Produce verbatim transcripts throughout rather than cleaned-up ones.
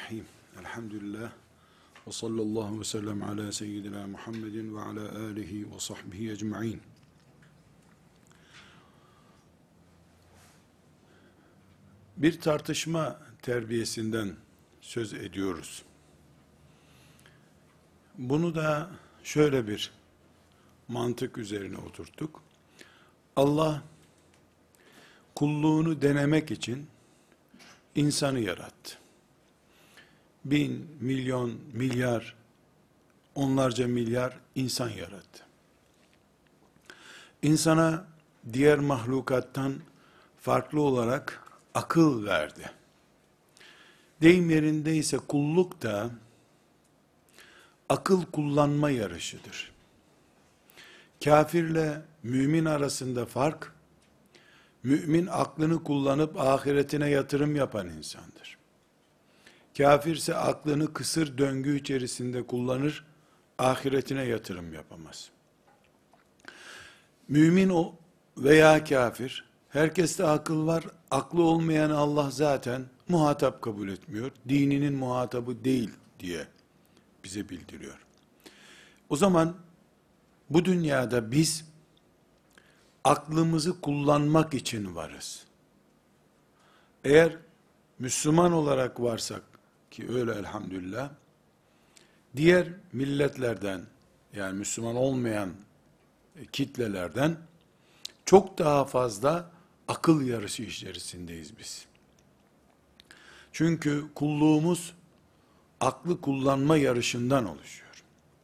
Bismillahirrahmanirrahim. Elhamdülillah. Ve sallallahu ve sellem ala seyyidina Muhammedin ve ala alihi ve sahbihi ecma'in. Bir tartışma terbiyesinden söz ediyoruz. Bunu da şöyle bir mantık üzerine oturttuk. Allah kulluğunu denemek için insanı yarattı. Bin, milyon, milyar, onlarca milyar insan yarattı. İnsana diğer mahlukattan farklı olarak akıl verdi. Deyim yerindeyse kulluk da akıl kullanma yarışıdır. Kafirle mümin arasında fark, mümin aklını kullanıp ahiretine yatırım yapan insandır. Kafir ise aklını kısır döngü içerisinde kullanır, ahiretine yatırım yapamaz. Mümin o veya kafir, herkeste akıl var, aklı olmayan Allah zaten muhatap kabul etmiyor, dininin muhatabı değil diye bize bildiriyor. O zaman bu dünyada biz aklımızı kullanmak için varız. Eğer Müslüman olarak varsak, ki öyle elhamdülillah, diğer milletlerden, yani Müslüman olmayan kitlelerden çok daha fazla akıl yarışı içerisindeyiz biz. Çünkü kulluğumuz aklı kullanma yarışından oluşuyor.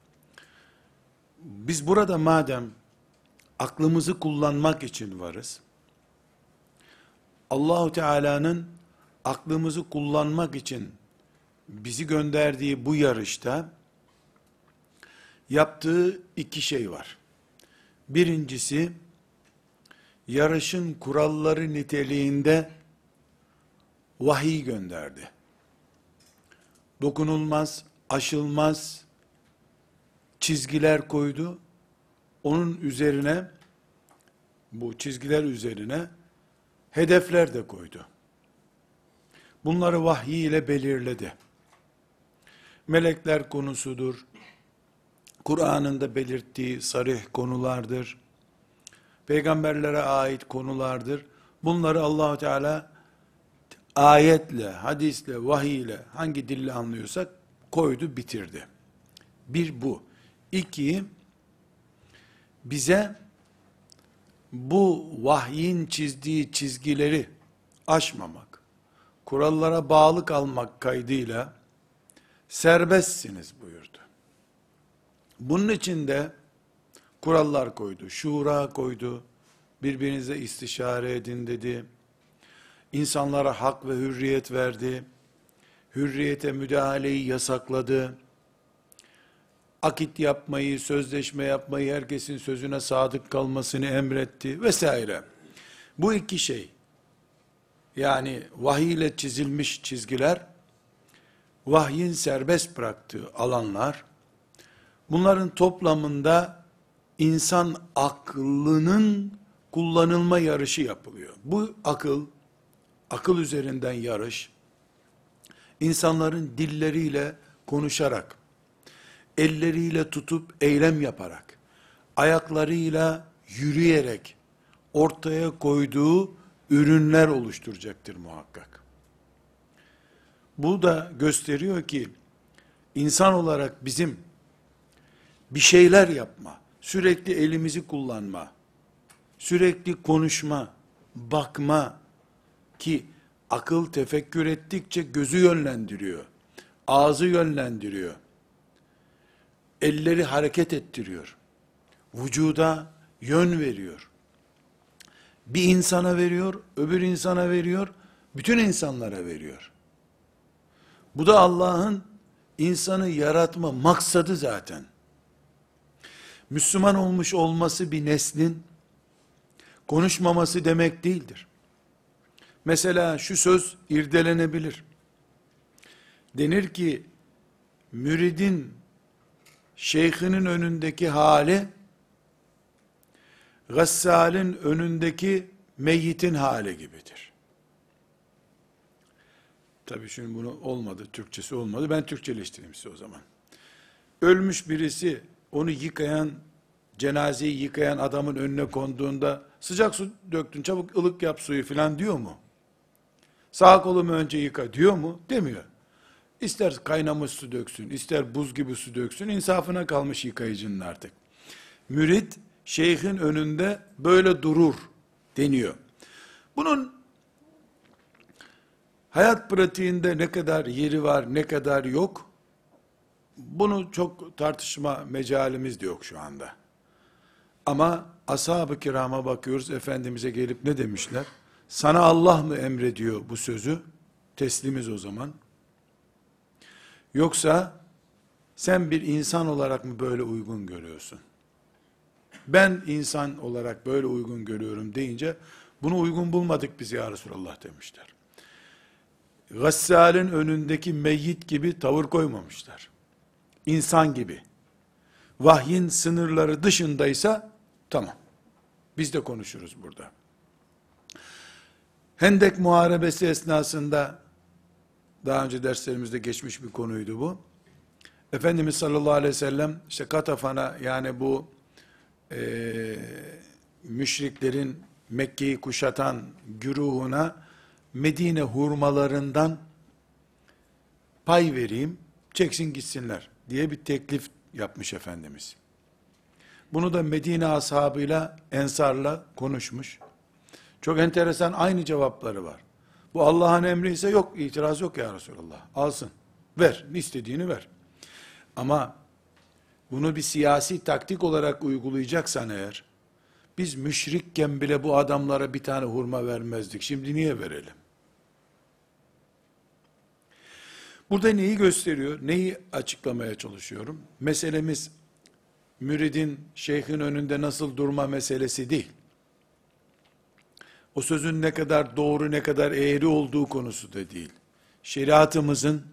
Biz burada madem aklımızı kullanmak için varız, Allahu Teala'nın aklımızı kullanmak için bizi gönderdiği bu yarışta yaptığı iki şey var. Birincisi, yarışın kuralları niteliğinde vahiy gönderdi. Dokunulmaz, aşılmaz çizgiler koydu. Onun üzerine, bu çizgiler üzerine hedefler de koydu. Bunları vahiy ile belirledi. Melekler konusudur. Kur'an'ın da belirttiği sarih konulardır. Peygamberlere ait konulardır. Bunları Allah-u Teala ayetle, hadisle, vahiy ile, hangi dille anlıyorsak koydu, bitirdi. Bir bu. İki, bize bu vahyin çizdiği çizgileri aşmamak, kurallara bağlı kalmak kaydıyla serbestsiniz buyurdu. Bunun için de kurallar koydu, şura koydu, birbirinize istişare edin dedi, insanlara hak ve hürriyet verdi, hürriyete müdahaleyi yasakladı, akit yapmayı, sözleşme yapmayı, herkesin sözüne sadık kalmasını emretti vesaire. Bu iki şey, yani vahiy ile çizilmiş çizgiler, vahyin serbest bıraktığı alanlar, bunların toplamında insan aklının kullanılma yarışı yapılıyor. Bu akıl, akıl üzerinden yarış, insanların dilleriyle konuşarak, elleriyle tutup eylem yaparak, ayaklarıyla yürüyerek ortaya koyduğu ürünler oluşturacaktır muhakkak. Bu da gösteriyor ki insan olarak bizim bir şeyler yapma, sürekli elimizi kullanma, sürekli konuşma, bakma, ki akıl tefekkür ettikçe gözü yönlendiriyor, ağzı yönlendiriyor, elleri hareket ettiriyor, vücuda yön veriyor. Bir insana veriyor, öbür insana veriyor, bütün insanlara veriyor. Bu da Allah'ın insanı yaratma maksadı zaten. Müslüman olmuş olması bir neslin konuşmaması demek değildir. Mesela şu söz irdelenebilir. Denir ki, müridin şeyhinin önündeki hali, gassalin önündeki meyyitin hali gibidir. Tabii şimdi bunu olmadı, Türkçesi olmadı. Ben Türkçeleştireyim size o zaman. Ölmüş birisi, onu yıkayan, cenazeyi yıkayan adamın önüne konduğunda, sıcak su döktün, çabuk ılık yap suyu filan diyor mu? Sağ kolumu önce yıka diyor mu? Demiyor. İster kaynamış su döksün, ister buz gibi su döksün, insafına kalmış yıkayıcının artık. Mürit, şeyhin önünde böyle durur deniyor. Bunun hayat pratiğinde ne kadar yeri var, ne kadar yok, bunu çok tartışma mecalimiz de yok şu anda. Ama ashab-ı kirama bakıyoruz, Efendimiz'e gelip ne demişler? Sana Allah mı emrediyor bu sözü? Teslimiz o zaman. Yoksa sen bir insan olarak mı böyle uygun görüyorsun? Ben insan olarak böyle uygun görüyorum deyince, bunu uygun bulmadık biz ya Resulallah demişler. Gassal'in önündeki meyyit gibi tavır koymamışlar. İnsan gibi. Vahyin sınırları dışındaysa, tamam. Biz de konuşuruz burada. Hendek Muharebesi esnasında, daha önce derslerimizde geçmiş bir konuydu bu. Efendimiz sallallahu aleyhi ve sellem, işte Katafan'a, yani bu e, müşriklerin Mekke'yi kuşatan güruhuna, Medine hurmalarından pay vereyim, çeksin gitsinler diye bir teklif yapmış Efendimiz. Bunu da Medine ashabıyla, Ensar'la konuşmuş. Çok enteresan, aynı cevapları var. Bu Allah'ın emri ise yok, itiraz yok ya Resulallah. Alsın, ver, istediğini ver. Ama bunu bir siyasi taktik olarak uygulayacaksan eğer, biz müşrikken bile bu adamlara bir tane hurma vermezdik. Şimdi niye verelim? Burada neyi gösteriyor? Neyi açıklamaya çalışıyorum? Meselemiz, müridin, şeyhin önünde nasıl durma meselesi değil. O sözün ne kadar doğru, ne kadar eğri olduğu konusu da değil. Şeriatımızın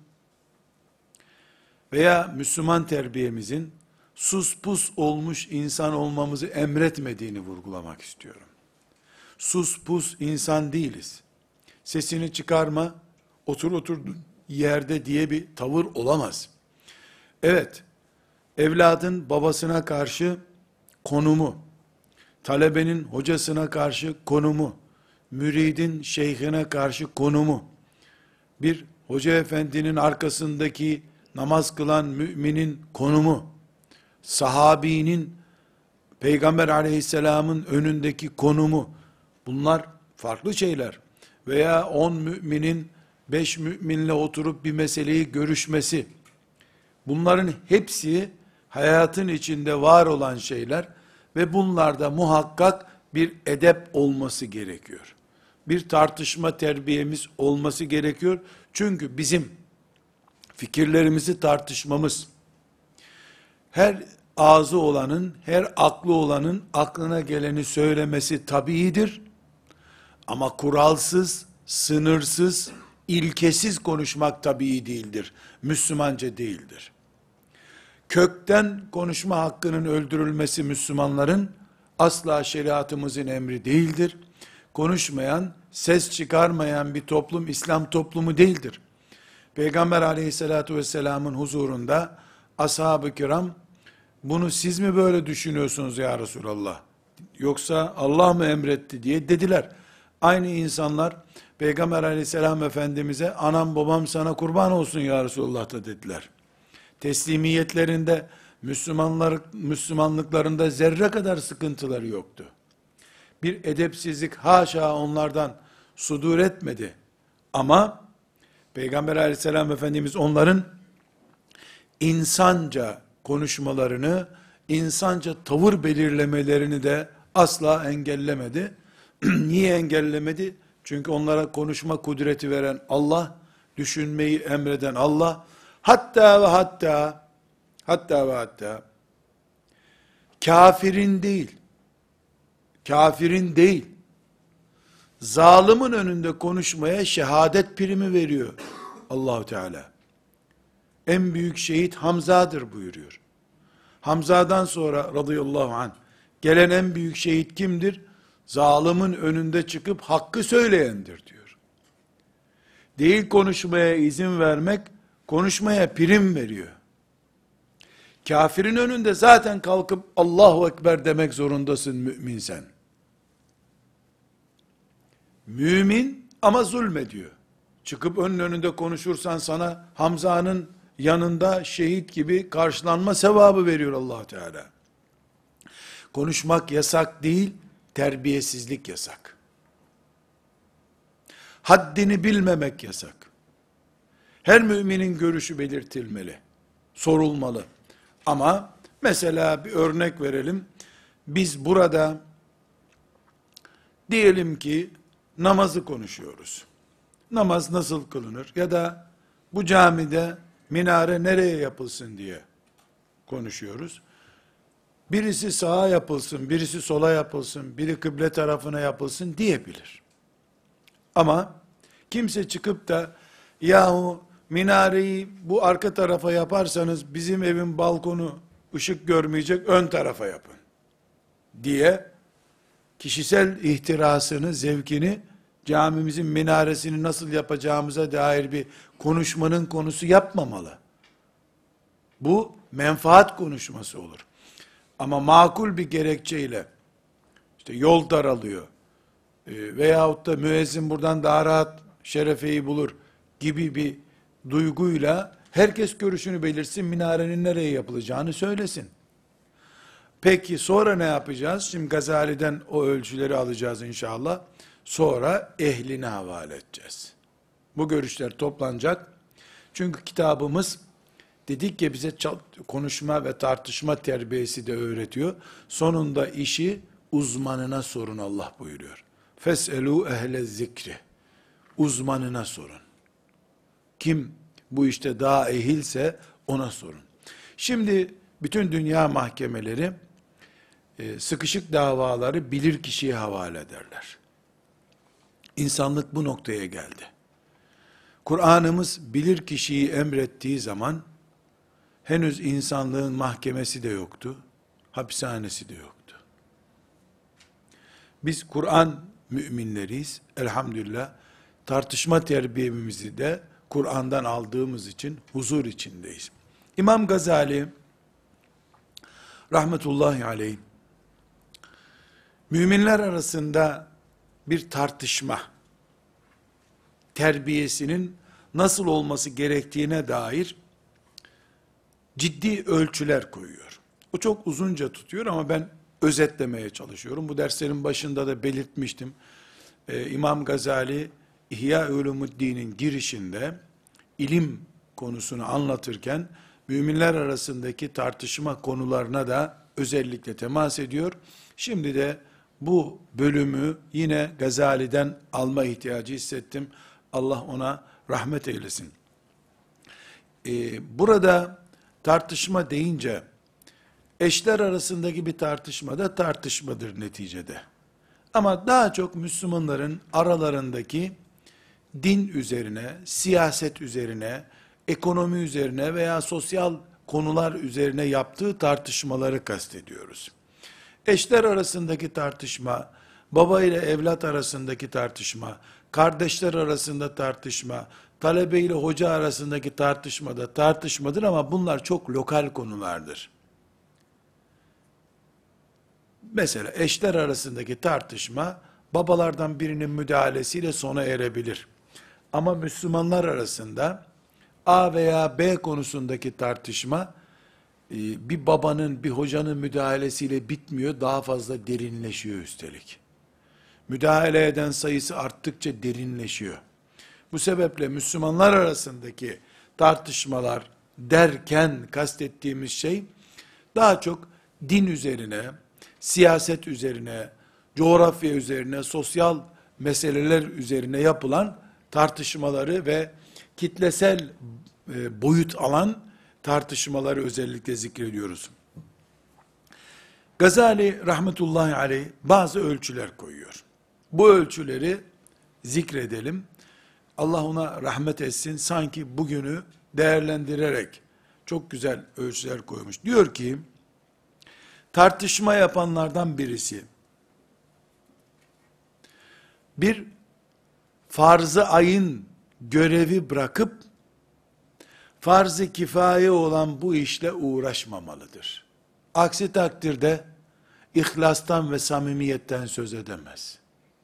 veya Müslüman terbiyemizin sus pus olmuş insan olmamızı emretmediğini vurgulamak istiyorum. Sus pus insan değiliz. Sesini çıkarma, otur oturdun yerde diye bir tavır olamaz. Evet, evladın babasına karşı konumu, talebenin hocasına karşı konumu, müridin şeyhine karşı konumu, bir hoca efendinin arkasındaki namaz kılan müminin konumu, sahabinin Peygamber aleyhisselamın önündeki konumu, bunlar farklı şeyler. Veya on müminin beş müminle oturup bir meseleyi görüşmesi, bunların hepsi hayatın içinde var olan şeyler ve bunlarda muhakkak bir edep olması gerekiyor. Bir tartışma terbiyemiz olması gerekiyor. Çünkü bizim fikirlerimizi tartışmamız, her ağzı olanın, her aklı olanın aklına geleni söylemesi tabiidir. Ama kuralsız, sınırsız, ilkesiz konuşmak tabii değildir. Müslümanca değildir. Kökten konuşma hakkının öldürülmesi Müslümanların asla şeriatımızın emri değildir. Konuşmayan, ses çıkarmayan bir toplum İslam toplumu değildir. Peygamber aleyhissalatu vesselamın huzurunda ashab-ı kiram, bunu siz mi böyle düşünüyorsunuz ya Resulallah? Yoksa Allah mı emretti diye dediler. Aynı insanlar Peygamber aleyhisselam efendimize, anam babam sana kurban olsun ya Resulallah da dediler. Teslimiyetlerinde, Müslümanlar, Müslümanlıklarında zerre kadar sıkıntıları yoktu. Bir edepsizlik haşa onlardan sudur etmedi. Ama Peygamber aleyhisselam efendimiz onların insanca konuşmalarını, insanca tavır belirlemelerini de asla engellemedi. Niye engellemedi? Çünkü onlara konuşma kudreti veren Allah, düşünmeyi emreden Allah, hatta ve hatta, hatta ve hatta, kafirin değil, kafirin değil, zalimin önünde konuşmaya şehadet primi veriyor Allah-u Teala. En büyük şehit Hamza'dır buyuruyor. Hamza'dan sonra radıyallahu anh, gelen en büyük şehit kimdir? Zalimin önünde çıkıp hakkı söyleyendir diyor. değil konuşmaya izin vermek, konuşmaya prim veriyor. Kafirin önünde zaten kalkıp Allahu Ekber demek zorundasın mümin sen. Mümin ama zulmediyor. Çıkıp onun önünde konuşursan sana Hamza'nın yanında şehit gibi karşılanma sevabı veriyor Allah Teala. Konuşmak yasak değil, terbiyesizlik yasak. Haddini bilmemek yasak. Her müminin görüşü belirtilmeli, sorulmalı. Ama mesela bir örnek verelim. Biz burada diyelim ki namazı konuşuyoruz. Namaz nasıl kılınır? Ya da bu camide minare nereye yapılsın diye konuşuyoruz. Birisi sağa yapılsın, birisi sola yapılsın, biri kıble tarafına yapılsın diyebilir. Ama kimse çıkıp da yahu minareyi bu arka tarafa yaparsanız bizim evin balkonu ışık görmeyecek, ön tarafa yapın diye kişisel ihtirasını, zevkini camimizin minaresini nasıl yapacağımıza dair bir konuşmanın konusu yapmamalı. Bu menfaat konuşması olur. Ama makul bir gerekçeyle işte yol daralıyor e, veyahut da müezzin buradan daha rahat şerefeyi bulur gibi bir duyguyla herkes görüşünü belirsin, minarenin nereye yapılacağını söylesin. Peki sonra ne yapacağız? Şimdi Gazali'den o ölçüleri alacağız inşallah. Sonra ehline havale edeceğiz. Bu görüşler toplanacak. Çünkü kitabımız dedik ya bize konuşma ve tartışma terbiyesi de öğretiyor. Sonunda işi uzmanına sorun Allah buyuruyor. Feselu ehle zikri. Uzmanına sorun. Kim bu işte daha ehilse ona sorun. Şimdi bütün dünya mahkemeleri sıkışık davaları bilir kişiye havale ederler. İnsanlık bu noktaya geldi. Kur'an'ımız bilir kişiyi emrettiği zaman henüz insanlığın mahkemesi de yoktu, hapishanesi de yoktu. Biz Kur'an müminleriyiz. Elhamdülillah tartışma terbiyemizi de Kur'an'dan aldığımız için huzur içindeyiz. İmam Gazali rahmetullahi aleyh müminler arasında bir tartışma terbiyesinin nasıl olması gerektiğine dair ciddi ölçüler koyuyor. O çok uzunca tutuyor ama ben özetlemeye çalışıyorum. Bu derslerin başında da belirtmiştim. Ee, İmam Gazali İhya Ulumuddin'in girişinde ilim konusunu anlatırken müminler arasındaki tartışma konularına da özellikle temas ediyor. Şimdi de bu bölümü yine Gazali'den alma ihtiyacı hissettim. Allah ona rahmet eylesin. Ee, burada tartışma deyince eşler arasındaki bir tartışma da tartışmadır neticede. Ama daha çok Müslümanların aralarındaki din üzerine, siyaset üzerine, ekonomi üzerine veya sosyal konular üzerine yaptığı tartışmaları kastediyoruz. Eşler arasındaki tartışma, baba ile evlat arasındaki tartışma, kardeşler arasında tartışma, talebe ile hoca arasındaki tartışma da tartışmadır ama bunlar çok lokal konulardır. Mesela eşler arasındaki tartışma, babalardan birinin müdahalesiyle sona erebilir. Ama Müslümanlar arasında A veya B konusundaki tartışma, bir babanın, bir hocanın müdahalesiyle bitmiyor, daha fazla derinleşiyor üstelik. Müdahale eden sayısı arttıkça derinleşiyor. Bu sebeple Müslümanlar arasındaki tartışmalar derken kastettiğimiz şey, daha çok din üzerine, siyaset üzerine, coğrafya üzerine, sosyal meseleler üzerine yapılan tartışmaları ve kitlesel e, boyut alan tartışmaları özellikle zikrediyoruz. Gazali rahmetullahi aleyh bazı ölçüler koyuyor. Bu ölçüleri zikredelim. Allah ona rahmet etsin. Sanki bugünü değerlendirerek çok güzel ölçüler koymuş. Diyor ki, tartışma yapanlardan birisi, bir farzı ayın görevi bırakıp farz-ı kifaye olan bu işle uğraşmamalıdır. Aksi takdirde ihlastan ve samimiyetten söz edemez.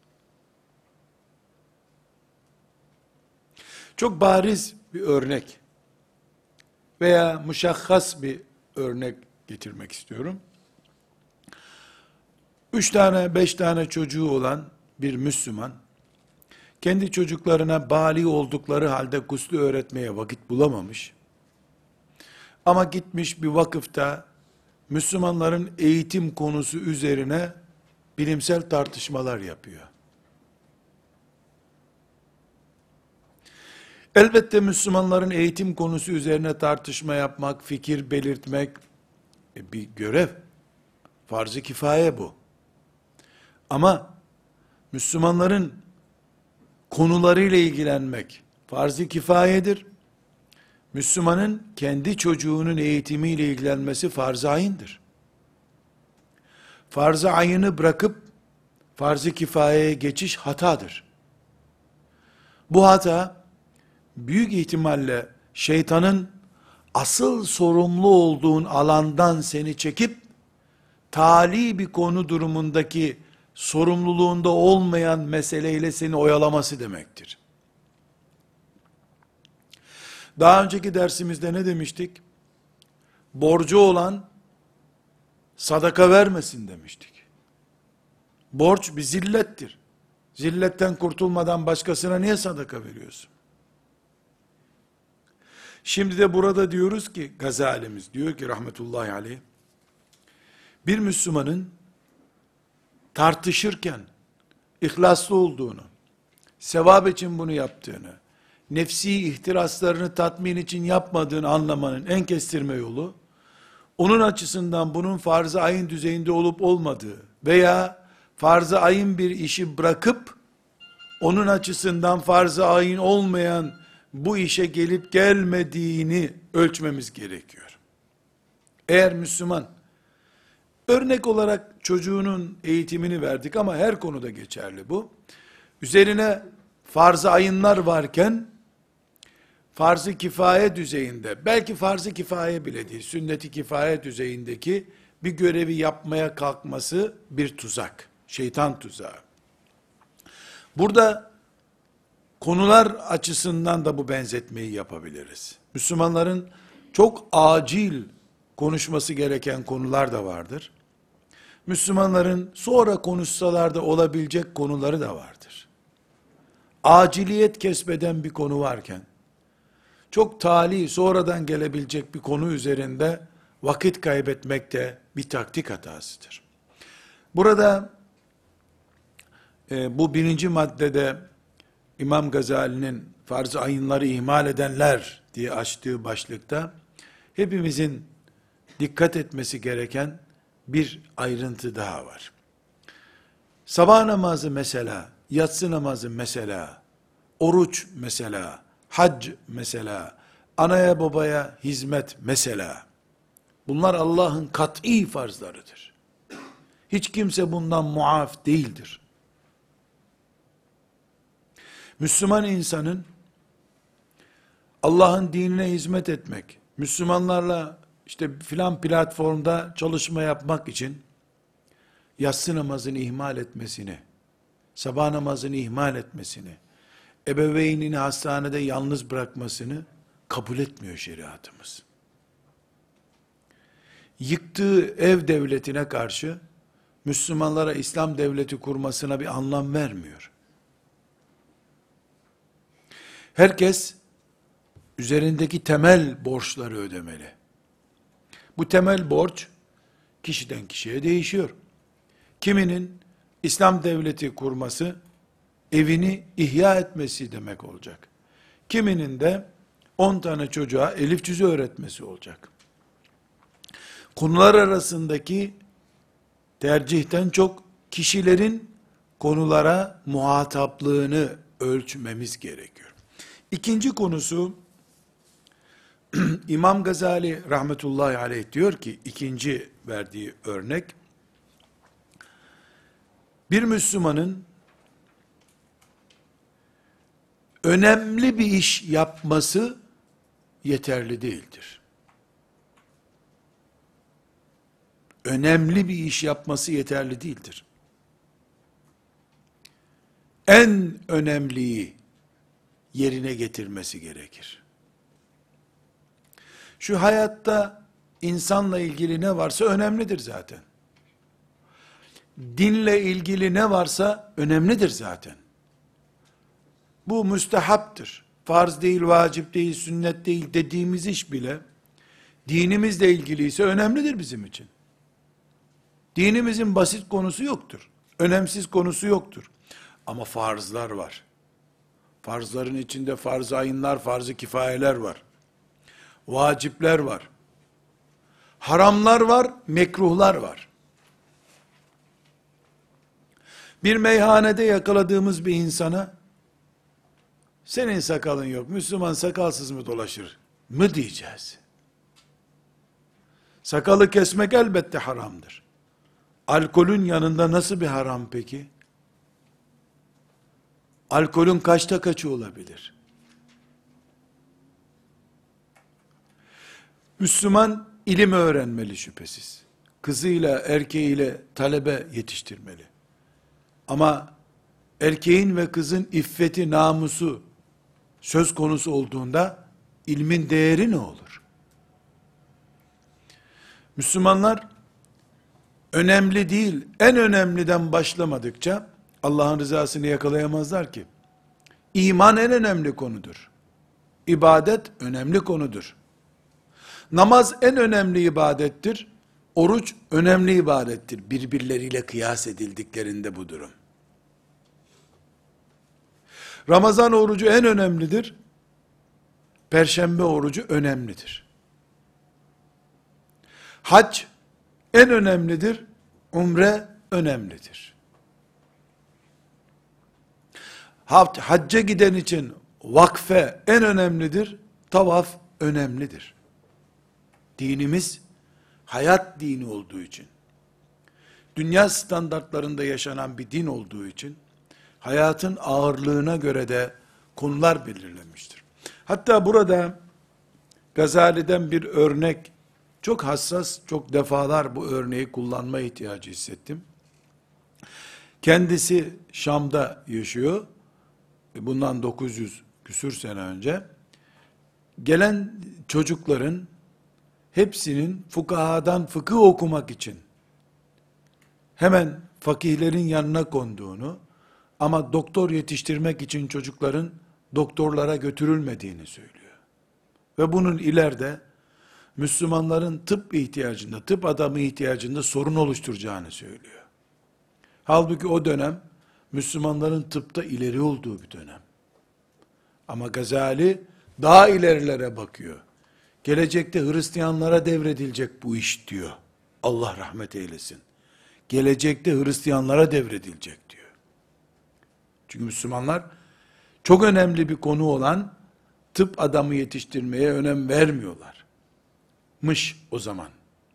Çok bariz bir örnek veya muşahhas bir örnek getirmek istiyorum. Üç tane, beş tane çocuğu olan bir Müslüman, kendi çocuklarına bali oldukları halde gusül öğretmeye vakit bulamamış, ama gitmiş bir vakıfta Müslümanların eğitim konusu üzerine bilimsel tartışmalar yapıyor. Elbette Müslümanların eğitim konusu üzerine tartışma yapmak, fikir belirtmek e, bir görev. Farz-ı kifaye bu. Ama Müslümanların konularıyla ilgilenmek farz-ı kifayedir. Müslümanın kendi çocuğunun eğitimiyle ilgilenmesi farz-ı ayındır. Farz-ı ayını bırakıp farz-ı kifayeye geçiş hatadır. Bu hata büyük ihtimalle şeytanın asıl sorumlu olduğun alandan seni çekip tali bir konu durumundaki sorumluluğunda olmayan meseleyle seni oyalaması demektir. Daha önceki dersimizde ne demiştik? Borcu olan sadaka vermesin demiştik. Borç bir zillettir. Zilletten kurtulmadan başkasına niye sadaka veriyorsun? Şimdi de burada diyoruz ki, Gazalimiz diyor ki rahmetullahi aleyh, bir Müslümanın tartışırken ihlaslı olduğunu, sevap için bunu yaptığını, nefsi ihtiraslarını tatmin için yapmadığını anlamanın en kestirme yolu, onun açısından bunun farz-ı ayın düzeyinde olup olmadığı veya farz-ı ayın bir işi bırakıp, onun açısından farz-ı ayın olmayan bu işe gelip gelmediğini ölçmemiz gerekiyor. Eğer Müslüman, örnek olarak çocuğunun eğitimini verdik ama her konuda geçerli bu, üzerine farz-ı ayınlar varken, farz-ı kifaye düzeyinde, belki farz-ı kifaye bile değil, sünnet-i kifaye düzeyindeki bir görevi yapmaya kalkması bir tuzak, şeytan tuzağı. Burada konular açısından da bu benzetmeyi yapabiliriz. Müslümanların çok acil konuşması gereken konular da vardır. Müslümanların sonra konuşsalar da olabilecek konuları da vardır. Aciliyet kesbeden bir konu varken, çok tali, sonradan gelebilecek bir konu üzerinde vakit kaybetmek de bir taktik hatasıdır. Burada e, bu birinci maddede İmam Gazali'nin farz-ı ayınları ihmal edenler diye açtığı başlıkta hepimizin dikkat etmesi gereken bir ayrıntı daha var. Sabah namazı mesela, yatsı namazı mesela, oruç mesela, hac mesela, anaya babaya hizmet mesela, bunlar Allah'ın kat'i farzlarıdır. Hiç kimse bundan muaf değildir. Müslüman insanın Allah'ın dinine hizmet etmek, Müslümanlarla işte filan platformda çalışma yapmak için yatsı namazını ihmal etmesini, sabah namazını ihmal etmesini, ebeveynini hastanede yalnız bırakmasını kabul etmiyor şeriatımız. Yıktığı ev devletine karşı Müslümanlara İslam devleti kurmasına bir anlam vermiyor. Herkes üzerindeki temel borçları ödemeli. Bu temel borç kişiden kişiye değişiyor. Kiminin İslam devleti kurması, evini ihya etmesi demek olacak. Kiminin de on tane çocuğa elif cüzü öğretmesi olacak. Konular arasındaki tercihten çok kişilerin konulara muhataplığını ölçmemiz gerekiyor. İkinci konusu, İmam Gazali rahmetullahi aleyh diyor ki, ikinci verdiği örnek, bir Müslümanın önemli bir iş yapması yeterli değildir. Önemli bir iş yapması yeterli değildir. En önemliyi yerine getirmesi gerekir. Şu hayatta insanla ilgili ne varsa önemlidir zaten. Dinle ilgili ne varsa önemlidir zaten. Bu müstehaptır. Farz değil, vacip değil, sünnet değil dediğimiz iş bile dinimizle ilgiliyse önemlidir bizim için. Dinimizin basit konusu yoktur. Önemsiz konusu yoktur. Ama farzlar var. Farzların içinde farz-ı ayınlar, farz-ı kifayeler var. Vacipler var. Haramlar var, mekruhlar var. Bir meyhanede yakaladığımız bir insana, senin sakalın yok, Müslüman sakalsız mı dolaşır mı diyeceğiz. Sakalı kesmek elbette haramdır. Alkolün yanında nasıl bir haram peki? Alkolün kaçta kaçı olabilir? Müslüman ilim öğrenmeli şüphesiz. Kızıyla, erkeğiyle talebe yetiştirmeli. Ama erkeğin ve kızın iffeti, namusu söz konusu olduğunda ilmin değeri ne olur? Müslümanlar önemli değil, en önemliden başlamadıkça Allah'ın rızasını yakalayamazlar ki. İman en önemli konudur. İbadet önemli konudur. Namaz en önemli ibadettir. Oruç önemli ibadettir. Birbirleriyle kıyas edildiklerinde bu durum. Ramazan orucu en önemlidir. Perşembe orucu önemlidir. Hac en önemlidir. Umre önemlidir. Hacca giden için vakfe en önemlidir. Tavaf önemlidir. Dinimiz hayat dini olduğu için, dünya standartlarında yaşanan bir din olduğu için, hayatın ağırlığına göre de konular belirlenmiştir. Hatta burada Gazali'den bir örnek, çok hassas, çok defalar bu örneği kullanma ihtiyacı hissettim. Kendisi Şam'da yaşıyor, bundan dokuz yüz küsür sene önce, gelen çocukların hepsinin fukahadan fıkıh okumak için hemen fakihlerin yanına konduğunu, ama doktor yetiştirmek için çocukların doktorlara götürülmediğini söylüyor. Ve bunun ileride Müslümanların tıp ihtiyacında, tıp adamı ihtiyacında sorun oluşturacağını söylüyor. Halbuki o dönem Müslümanların tıpta ileri olduğu bir dönem. Ama Gazali daha ilerilere bakıyor. Gelecekte Hristiyanlara devredilecek bu iş diyor. Allah rahmet eylesin. Gelecekte Hristiyanlara devredilecek diyor. Çünkü Müslümanlar çok önemli bir konu olan tıp adamı yetiştirmeye önem vermiyorlar. Mış o zaman.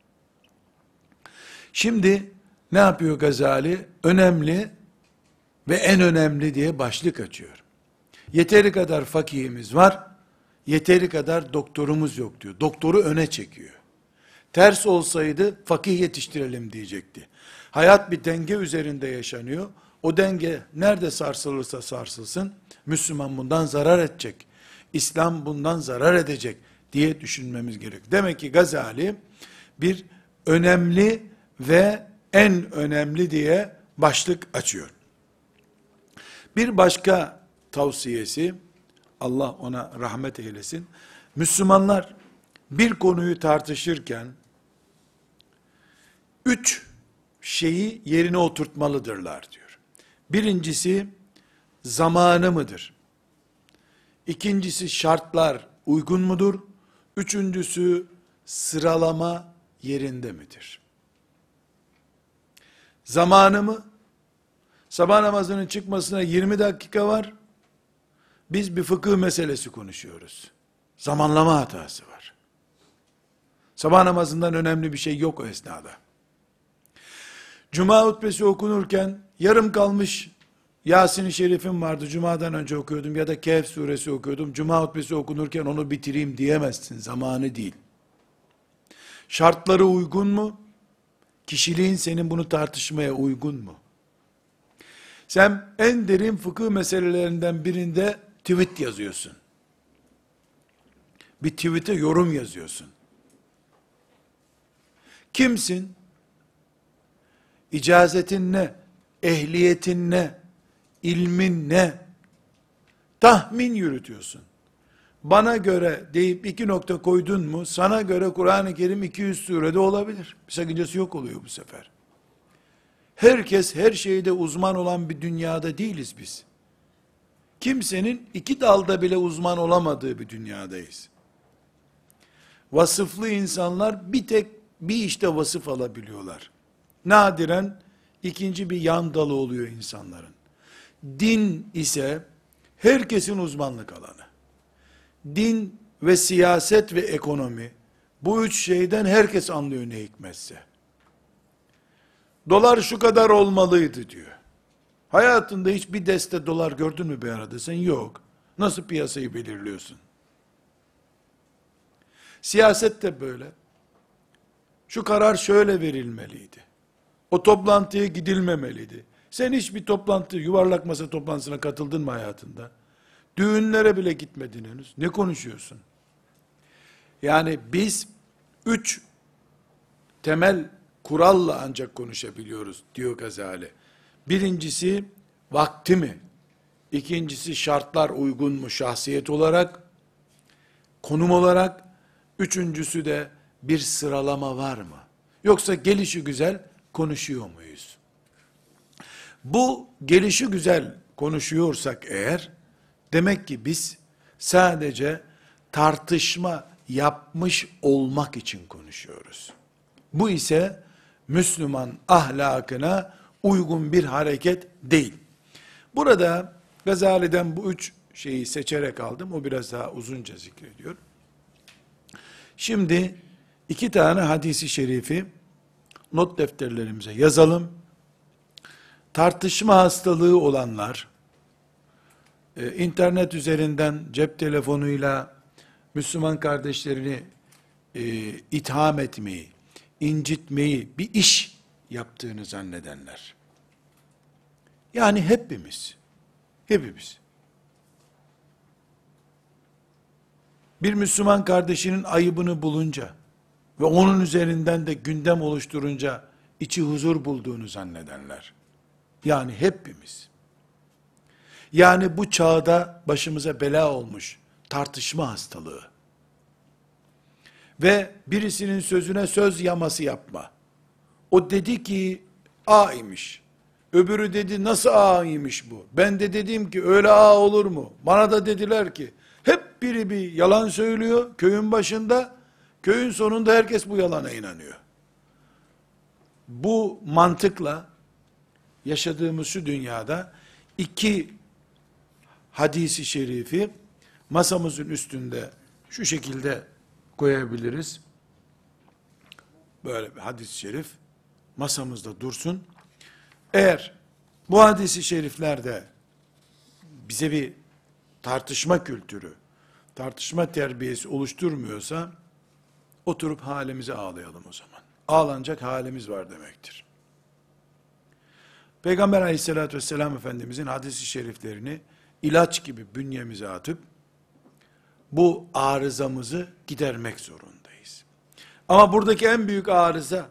Şimdi ne yapıyor Gazali? Önemli ve en önemli diye başlık açıyor. Yeteri kadar fakihimiz var, yeteri kadar doktorumuz yok diyor. Doktoru öne çekiyor. Ters olsaydı fakih yetiştirelim diyecekti. Hayat bir denge üzerinde yaşanıyor. O denge nerede sarsılırsa sarsılsın, Müslüman bundan zarar edecek. İslam bundan zarar edecek diye düşünmemiz gerek. Demek ki Gazali bir önemli ve en önemli diye başlık açıyor. Bir başka tavsiyesi, Allah ona rahmet eylesin, Müslümanlar bir konuyu tartışırken üç şeyi yerine oturtmalıdırlar diyor. Birincisi zamanı mıdır? İkincisi şartlar uygun mudur? Üçüncüsü sıralama yerinde midir? Zamanı mı? Sabah namazının çıkmasına yirmi dakika var. Biz bir fıkıh meselesi konuşuyoruz. Zamanlama hatası var. Sabah namazından önemli bir şey yok o esnada. Cuma hutbesi okunurken yarım kalmış Yasin-i Şerif'im vardı, Cuma'dan önce okuyordum ya da Kehf suresi okuyordum, Cuma hutbesi okunurken onu bitireyim diyemezsin, zamanı değil. Şartları uygun mu? Kişiliğin senin bunu tartışmaya uygun mu? Sen en derin fıkıh meselelerinden birinde tweet yazıyorsun. Bir tweet'e yorum yazıyorsun. Kimsin? İcazetin ne? Ehliyetin ne? İlmin ne? Tahmin yürütüyorsun. Bana göre deyip iki nokta koydun mu, sana göre Kur'an-ı Kerim iki yüz surede olabilir. Bir sakıncası yok oluyor bu sefer. Herkes her şeyde uzman olan bir dünyada değiliz biz. Kimsenin iki dalda bile uzman olamadığı bir dünyadayız. Vasıflı insanlar bir tek bir işte vasıf alabiliyorlar. Nadiren ikinci bir yan dalı oluyor insanların. Din ise herkesin uzmanlık alanı. Din ve siyaset ve ekonomi, bu üç şeyden herkes anlıyor ne hikmetse. Dolar şu kadar olmalıydı diyor. Hayatında hiç bir deste dolar gördün mü bir arada? Sen yok. Nasıl piyasayı belirliyorsun? Siyaset de böyle. Şu karar şöyle verilmeliydi. O toplantıya gidilmemeliydi. Sen hiçbir toplantı, yuvarlak masa toplantısına katıldın mı hayatında? Düğünlere bile gitmedin henüz. Ne konuşuyorsun? Yani biz üç temel kuralla ancak konuşabiliyoruz diyor Gazali. Birincisi vakti mi? İkincisi şartlar uygun mu şahsiyet olarak? Konum olarak? Üçüncüsü de bir sıralama var mı? Yoksa gelişi güzel konuşuyor muyuz? Bu gelişi güzel konuşuyorsak eğer, demek ki biz sadece tartışma yapmış olmak için konuşuyoruz. Bu ise Müslüman ahlakına uygun bir hareket değil. Burada Gazali'den bu üç şeyi seçerek aldım. O biraz daha uzunca zikrediyor. Şimdi iki tane hadisi şerifi not defterlerimize yazalım. Tartışma hastalığı olanlar, e, internet üzerinden cep telefonuyla Müslüman kardeşlerini e, itham etmeyi, incitmeyi bir iş yaptığını zannedenler. Yani hepimiz, hepimiz. Bir Müslüman kardeşinin ayıbını bulunca ve onun üzerinden de gündem oluşturunca içi huzur bulduğunu zannedenler. Yani hepimiz. Yani bu çağda başımıza bela olmuş tartışma hastalığı. Ve birisinin sözüne söz yaması yapma. O dedi ki A imiş. Öbürü dedi nasıl A imiş bu? Ben de dedim ki öyle A olur mu? Bana da dediler ki hep biri bir yalan söylüyor köyün başında. Köyün sonunda herkes bu yalana inanıyor. Bu mantıkla yaşadığımız şu dünyada iki hadisi şerifi masamızın üstünde şu şekilde koyabiliriz. Böyle bir hadis-i şerif masamızda dursun. Eğer bu hadis-i şeriflerde bize bir tartışma kültürü, tartışma terbiyesi oluşturmuyorsa oturup halimize ağlayalım o zaman. Ağlanacak halimiz var demektir. Peygamber aleyhissalatü vesselam Efendimizin hadis-i şeriflerini ilaç gibi bünyemize atıp bu arızamızı gidermek zorundayız. Ama buradaki en büyük arıza,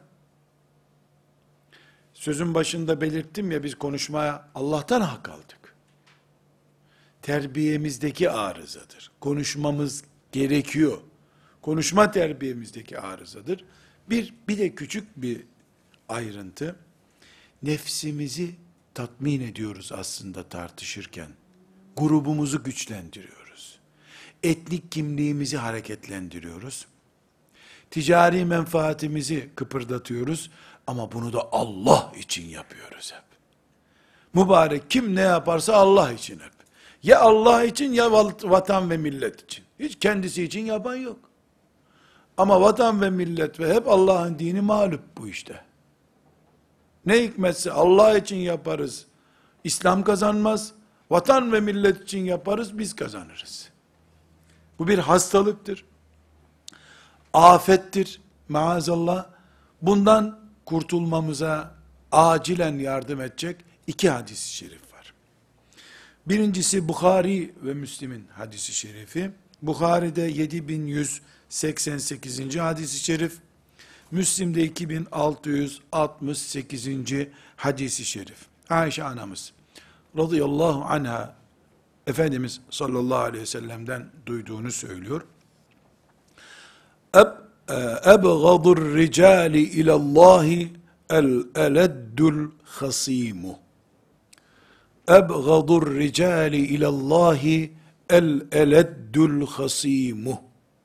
sözün başında belirttim ya, biz konuşmaya Allah'tan hak aldık. Terbiyemizdeki arızadır. Konuşmamız gerekiyor. Konuşma terbiyemizdeki arızadır. Bir, bir de küçük bir ayrıntı. Nefsimizi tatmin ediyoruz aslında tartışırken. Grubumuzu güçlendiriyoruz. Etnik kimliğimizi hareketlendiriyoruz. Ticari menfaatimizi kıpırdatıyoruz. Ama bunu da Allah için yapıyoruz hep. Mübarek kim ne yaparsa Allah için hep. Ya Allah için ya vatan ve millet için. Hiç kendisi için yapan yok. Ama vatan ve millet ve hep Allah'ın dini mağlup bu işte. Ne hikmetse Allah için yaparız İslam kazanmaz. Vatan ve millet için yaparız, biz kazanırız. Bu bir hastalıktır. Afettir. Maazallah. Bundan kurtulmamıza acilen yardım edecek iki hadis-i şerif var. Birincisi Bukhari ve Müslim'in hadisi şerifi. Bukhari'de yedi bin yüz seksen sekizinci hadisi şerif, Müslim'de iki bin altı yüz altmış sekizinci hadisi şerif. Ayşe anamız radıyallahu anha Efendimiz sallallahu aleyhi ve sellem'den duyduğunu söylüyor. Eb, ebgadur ricali ilallahi el eleddül hasimu. Ebgadur ricali ilallahi el eleddül hasimu.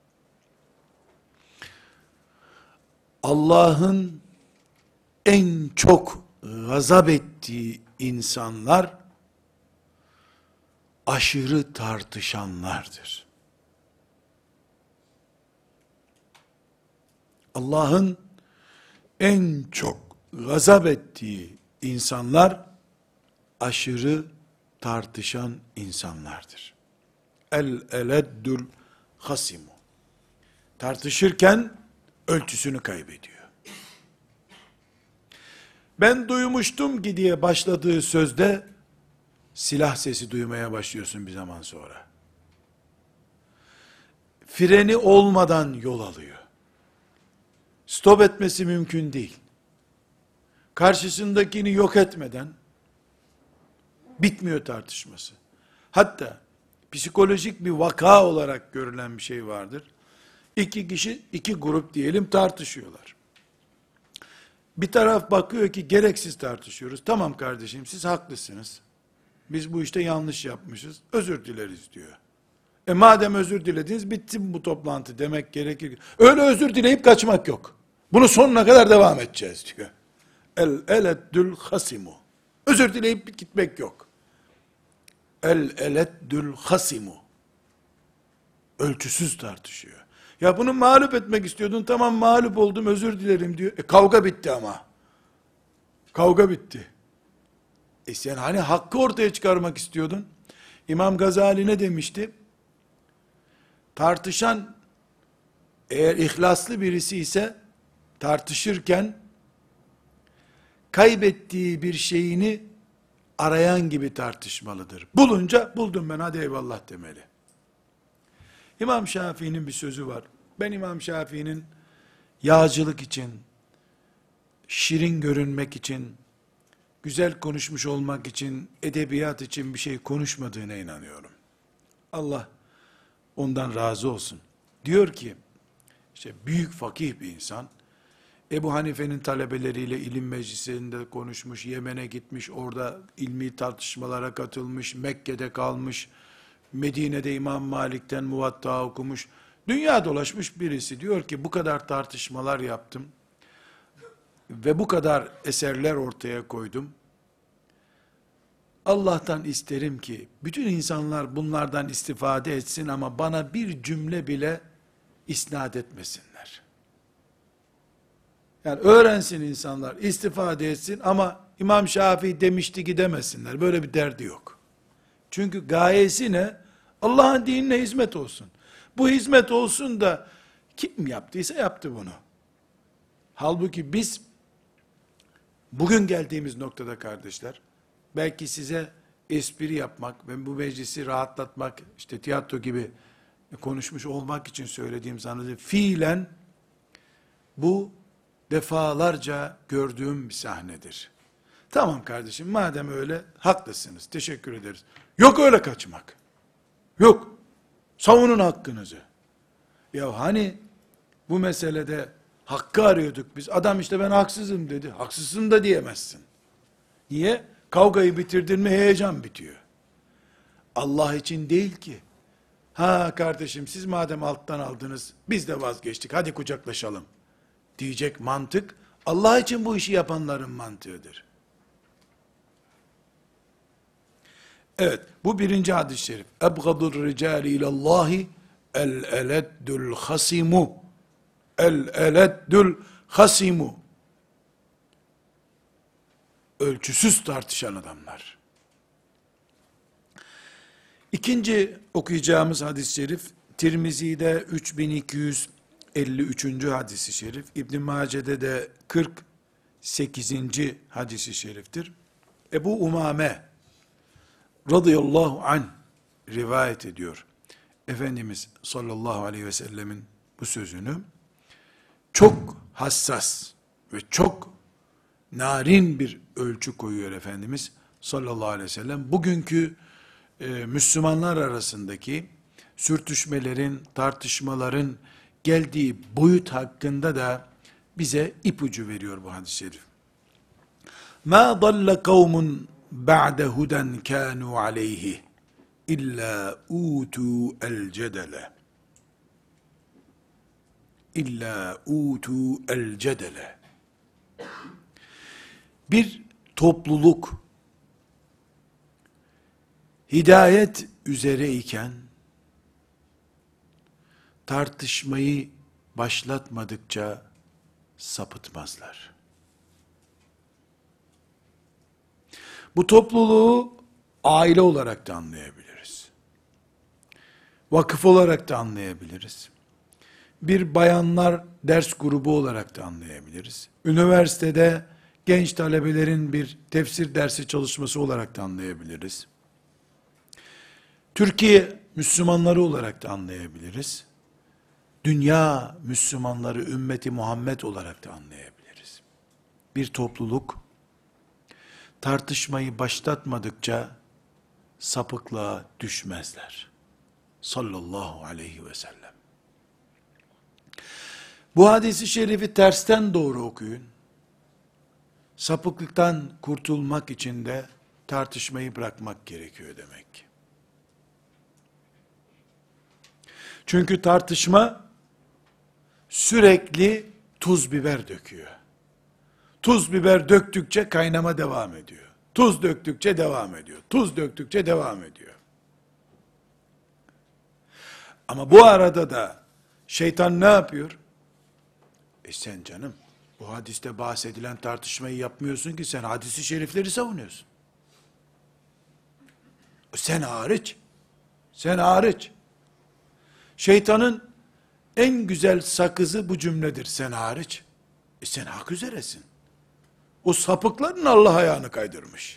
Allah'ın en çok gazap ettiği insanlar aşırı tartışanlardır. Allah'ın en çok gazap ettiği insanlar aşırı tartışan insanlardır. El eleddül hasimu. Tartışırken ölçüsünü kaybediyor. Ben duymuştum ki diye başladığı sözde silah sesi duymaya başlıyorsun bir zaman sonra. Freni olmadan yol alıyor. Stop etmesi mümkün değil. Karşısındakini yok etmeden bitmiyor tartışması. Hatta psikolojik bir vaka olarak görülen bir şey vardır. İki kişi, iki grup diyelim tartışıyorlar. Bir taraf bakıyor ki gereksiz tartışıyoruz. Tamam kardeşim siz haklısınız. Biz bu işte yanlış yapmışız. Özür dileriz diyor. E madem özür dilediniz bitsin bu toplantı demek gerekir. Öyle özür dileyip kaçmak yok. Bunu sonuna kadar devam edeceğiz diyor. El eleddül hasimu. Özür dileyip gitmek yok. El eleddül hasimu. Ölçüsüz tartışıyor. Ya bunu mağlup etmek istiyordun, tamam mağlup oldum özür dilerim diyor. E kavga bitti ama. Kavga bitti. E sen hani hakkı ortaya çıkarmak istiyordun? İmam Gazali ne demişti? Tartışan eğer ihlaslı birisi ise tartışırken kaybettiği bir şeyini arayan gibi tartışmalıdır. Bulunca buldum ben hadi eyvallah demeli. İmam Şafii'nin bir sözü var. Ben İmam Şafii'nin yağcılık için, şirin görünmek için, güzel konuşmuş olmak için, edebiyat için bir şey konuşmadığına inanıyorum. Allah ondan razı olsun. Diyor ki, işte büyük fakih bir insan, Ebu Hanife'nin talebeleriyle ilim meclisinde konuşmuş, Yemen'e gitmiş, orada ilmi tartışmalara katılmış, Mekke'de kalmış, Medine'de İmam Malik'ten Muvatta okumuş, dünya dolaşmış birisi diyor ki bu kadar tartışmalar yaptım ve bu kadar eserler ortaya koydum. Allah'tan isterim ki bütün insanlar bunlardan istifade etsin ama bana bir cümle bile isnat etmesinler. Yani öğrensin insanlar, istifade etsin ama İmam Şafii demişti ki demesinler. Böyle bir derdi yok. Çünkü gayesi ne? Allah'ın dinine hizmet olsun. Bu hizmet olsun da kim yaptıysa yaptı bunu. Halbuki biz bugün geldiğimiz noktada kardeşler, belki size espri yapmak ve bu meclisi rahatlatmak, işte tiyatro gibi konuşmuş olmak için söylediğim zannediyorum. Fiilen bu defalarca gördüğüm bir sahnedir. Tamam kardeşim madem öyle haklısınız teşekkür ederiz. Yok öyle kaçmak. Yok. Savunun hakkınızı. Ya hani bu meselede hakkı arıyorduk biz. Adam işte ben haksızım dedi. Haksızsın da diyemezsin. Niye? Kavgayı bitirdin mi heyecan bitiyor. Allah için değil ki. Ha kardeşim siz madem alttan aldınız biz de vazgeçtik hadi kucaklaşalım diyecek mantık Allah için bu işi yapanların mantığıdır. Evet, bu birinci hadis-i şerif. Ebgadur ricali ilallahi el eleddül hasimu. El eleddül hasimu. Ölçüsüz tartışan adamlar. İkinci okuyacağımız hadis-i şerif, Tirmizi'de üç bin iki yüz elli üçüncü hadis-i şerif, İbn Mace'de de kırk sekizinci hadis-i şeriftir. Ebu Umame radıyallahu anh rivayet ediyor. Efendimiz sallallahu aleyhi ve sellemin bu sözünü çok hassas ve çok narin bir ölçü koyuyor Efendimiz sallallahu aleyhi ve sellem. Bugünkü e, Müslümanlar arasındaki sürtüşmelerin, tartışmaların geldiği boyut hakkında da bize ipucu veriyor bu hadis-i şerif. مَا ضَلَّ قَوْمٌ بَعْدَ هُدًا كَانُوا عَلَيْهِ İlla utu el cedele. İlla utu el cedele. Bir topluluk hidayet üzere iken tartışmayı başlatmadıkça sapıtmazlar. Bu topluluğu aile olarak da anlayabiliriz. Vakıf olarak da anlayabiliriz. Bir bayanlar ders grubu olarak da anlayabiliriz. Üniversitede genç talebelerin bir tefsir dersi çalışması olarak da anlayabiliriz. Türkiye Müslümanları olarak da anlayabiliriz. Dünya Müslümanları, ümmeti Muhammed olarak da anlayabiliriz. Bir topluluk tartışmayı başlatmadıkça sapıklığa düşmezler. Sallallahu aleyhi ve sellem. Bu hadisi şerifi tersten doğru okuyun. Sapıklıktan kurtulmak için de tartışmayı bırakmak gerekiyor demek ki. Çünkü tartışma sürekli tuz biber döküyor. Tuz biber döktükçe kaynama devam ediyor. Tuz döktükçe devam ediyor. Tuz döktükçe devam ediyor. Ama bu arada da şeytan ne yapıyor? E sen canım, bu hadiste bahsedilen tartışmayı yapmıyorsun ki, sen hadisi şerifleri savunuyorsun. Sen hariç. Sen hariç. Şeytanın en güzel sakızı bu cümledir, sen hariç. E sen hak üzeresin. O sapıkların Allah ayağını kaydırmış.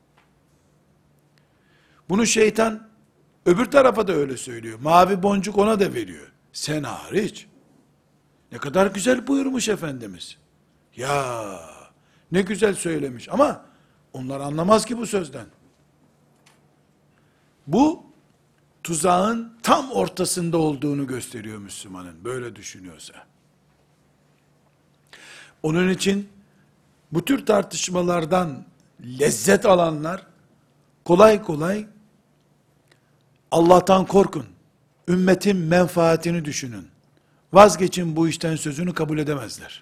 Bunu şeytan öbür tarafa da öyle söylüyor. Mavi boncuk ona da veriyor. Sen hariç. Ne kadar güzel buyurmuş Efendimiz. Ya ne güzel söylemiş ama onlar anlamaz ki bu sözden. Bu tuzağın tam ortasında olduğunu gösteriyor Müslümanın, böyle düşünüyorsa. Onun için bu tür tartışmalardan lezzet alanlar kolay kolay Allah'tan korkun, ümmetin menfaatini düşünün, vazgeçin bu işten sözünü kabul edemezler.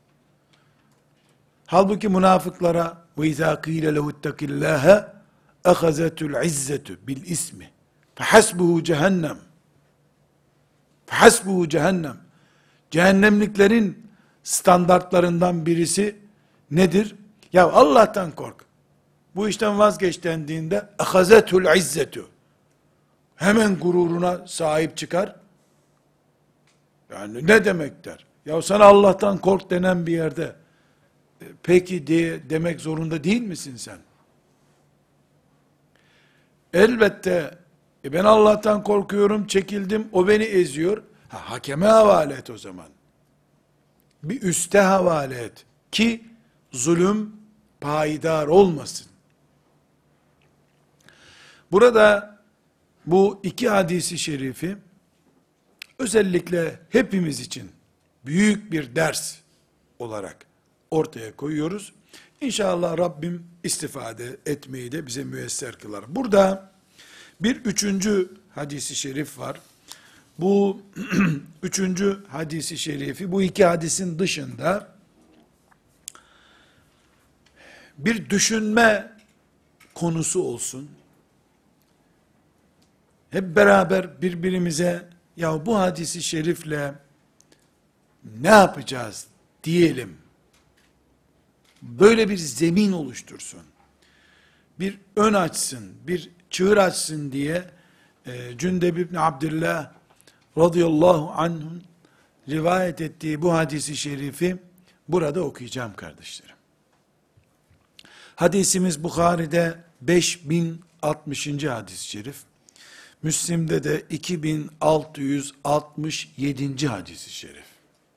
Halbuki münafıklara ve izâ qîle lehuttaqillâhe ehazetul izzetu bil ismi fehasbuhu cehennem fehasbuhu cehennem. Cehennemliklerin standartlarından birisi nedir? Ya Allah'tan kork, bu işten vazgeç dendiğinde ehazetul izzetu, hemen gururuna sahip çıkar. Yani ne demek der? Ya sana Allah'tan kork denen bir yerde e, peki diye demek zorunda değil misin sen? Elbette e ben Allah'tan korkuyorum, çekildim, o beni eziyor. Ha, hakeme havale et o zaman. Bir üste havale et ki zulüm payidar olmasın. Burada bu iki hadisi şerifi özellikle hepimiz için büyük bir ders olarak ortaya koyuyoruz. İnşallah Rabbim istifade etmeyi de bize müyesser kılar. Burada bir üçüncü hadisi şerif var. Bu üçüncü hadisi şerifi, bu iki hadisin dışında bir düşünme konusu olsun. Hep beraber birbirimize ya bu hadisi şerifle ne yapacağız diyelim. Böyle bir zemin oluştursun. Bir ön açsın, bir çığır açsın diye e, Cündeb ibn Abdullah radıyallahu anh'ın rivayet ettiği bu hadisi şerifi burada okuyacağım kardeşlerim. Hadisimiz Bukhari'de beş bin altmışıncı hadis-i şerif, Müslim'de de iki bin altı yüz altmış yedinci hadis-i şerif.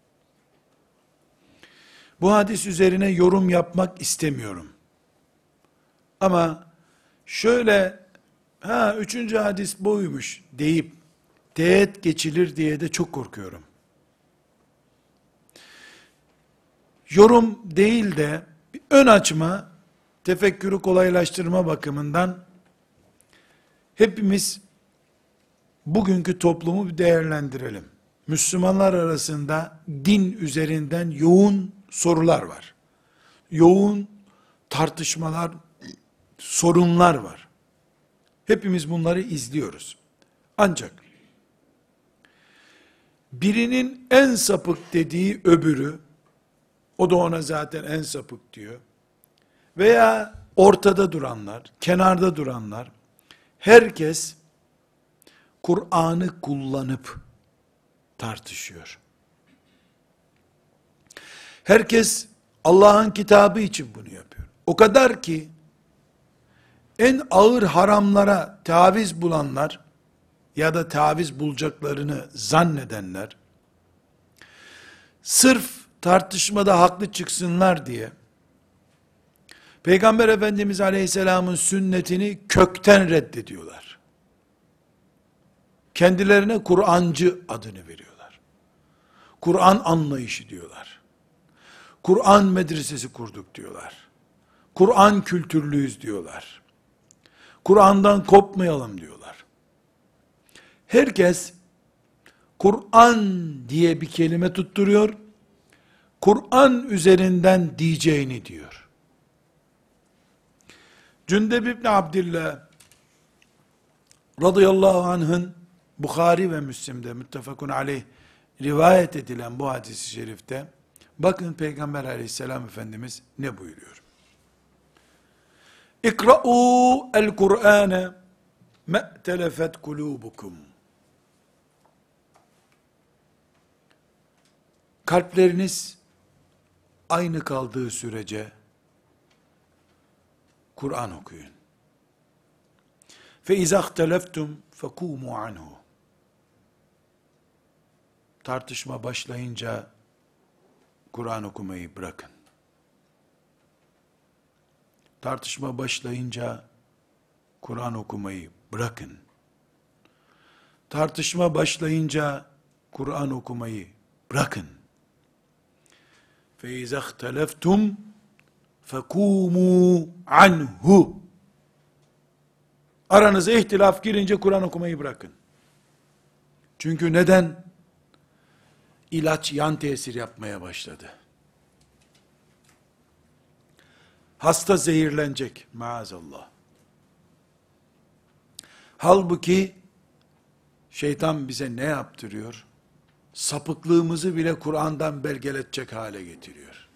Bu hadis üzerine yorum yapmak istemiyorum. Ama şöyle, ha üçüncü hadis buymuş deyip teğet geçilir diye de çok korkuyorum. Yorum değil de bir ön açma, tefekkürü kolaylaştırma bakımından hepimiz bugünkü toplumu bir değerlendirelim. Müslümanlar arasında din üzerinden yoğun sorular var. Yoğun tartışmalar, sorunlar var. Hepimiz bunları izliyoruz. Ancak birinin en sapık dediği öbürü, o da ona zaten en sapık diyor. Veya ortada duranlar, kenarda duranlar, herkes Kur'an'ı kullanıp tartışıyor. Herkes Allah'ın kitabı için bunu yapıyor. O kadar ki en ağır haramlara taviz bulanlar ya da taviz bulacaklarını zannedenler, sırf tartışmada haklı çıksınlar diye Peygamber Efendimiz Aleyhisselam'ın sünnetini kökten reddediyorlar. Kendilerine Kur'ancı adını veriyorlar. Kur'an anlayışı diyorlar. Kur'an medresesi kurduk diyorlar. Kur'an kültürlüyüz diyorlar. Kur'an'dan kopmayalım diyorlar. Herkes Kur'an diye bir kelime tutturuyor. Kur'an üzerinden diyeceğini diyor. Cündeb ibn Abdillah radıyallahu anh'ın Bukhari ve Müslim'de müttefakun aleyh rivayet edilen bu hadis-i şerifte bakın Peygamber aleyhisselam Efendimiz ne buyuruyor? İkra'u el-Kur'ane me'telefet kulubukum. Kalpleriniz aynı kaldığı sürece Kur'an okuyun. Fe izâ ihteleftum fekûmû anhu. Tartışma başlayınca Kur'an okumayı bırakın. Tartışma başlayınca Kur'an okumayı bırakın. Tartışma başlayınca Kur'an okumayı bırakın. Fe izâ ihteleftum fekûmû anhu. Aranıza ihtilaf girince Kur'an okumayı bırakın. Çünkü neden? İlaç yan tesir yapmaya başladı. Hasta zehirlenecek maazallah. Halbuki şeytan bize ne yaptırıyor? Sapıklığımızı bile Kur'an'dan belgeletecek hale getiriyor.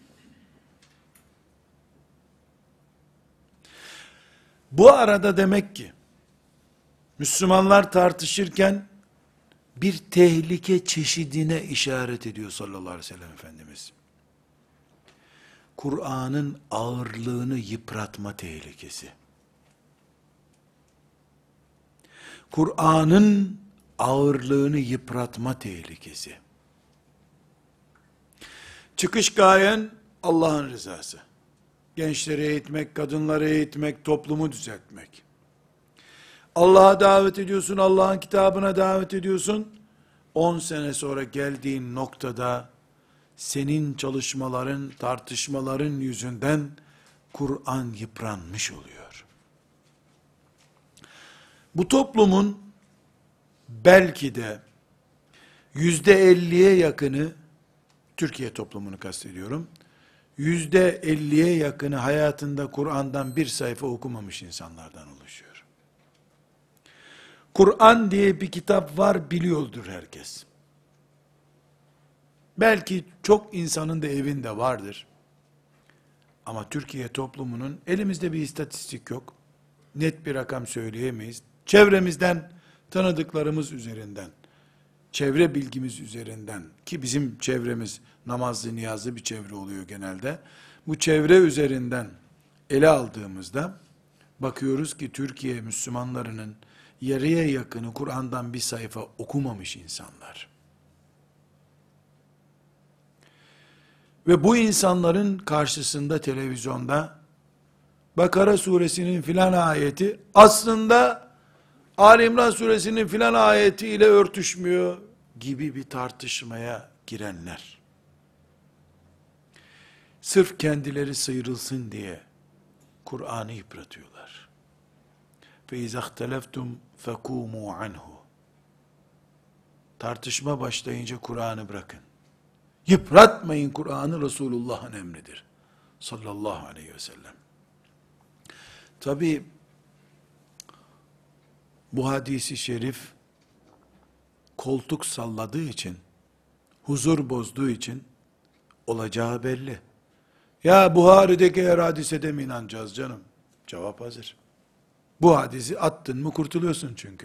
Bu arada demek ki Müslümanlar tartışırken bir tehlike çeşidine işaret ediyor sallallahu aleyhi ve sellem Efendimiz. Kur'an'ın ağırlığını yıpratma tehlikesi. Kur'an'ın ağırlığını yıpratma tehlikesi. Çıkış gayen Allah'ın rızası. Gençleri eğitmek, kadınları eğitmek, toplumu düzeltmek. Allah'a davet ediyorsun, Allah'ın kitabına davet ediyorsun. on sene sonra geldiğin noktada senin çalışmaların, tartışmaların yüzünden Kur'an yıpranmış oluyor. Bu toplumun belki de yüzde elliye yakını, Türkiye toplumunu kastediyorum, yüzde elliye yakını hayatında Kur'an'dan bir sayfa okumamış insanlardan oluşuyor. Kur'an diye bir kitap var biliyordur herkes. Belki çok insanın da evinde vardır. Ama Türkiye toplumunun, elimizde bir istatistik yok. Net bir rakam söyleyemeyiz. Çevremizden tanıdıklarımız üzerinden, çevre bilgimiz üzerinden, ki bizim çevremiz namazlı niyazlı bir çevre oluyor genelde. Bu çevre üzerinden ele aldığımızda bakıyoruz ki Türkiye Müslümanlarının yarıya yakını Kur'an'dan bir sayfa okumamış insanlar. Ve bu insanların karşısında televizyonda Bakara suresinin filan ayeti aslında Ali İmran suresinin filan ayeti ile örtüşmüyor gibi bir tartışmaya girenler. Sırf kendileri sıyrılsın diye Kur'an'ı yıpratıyorlar. فَاِذَا اخْتَلَفْتُمْ فَكُومُوا عَنْهُ. Tartışma başlayınca Kur'an'ı bırakın. Yıpratmayın, Kur'an'ı Resulullah'ın emridir. Sallallahu aleyhi ve sellem. Tabi bu hadisi şerif koltuk salladığı için, huzur bozduğu için olacağı belli. Ya Buhari'deki her hadise mi inanacağız canım? Cevap hazır. Bu hadisi attın mı kurtuluyorsun çünkü.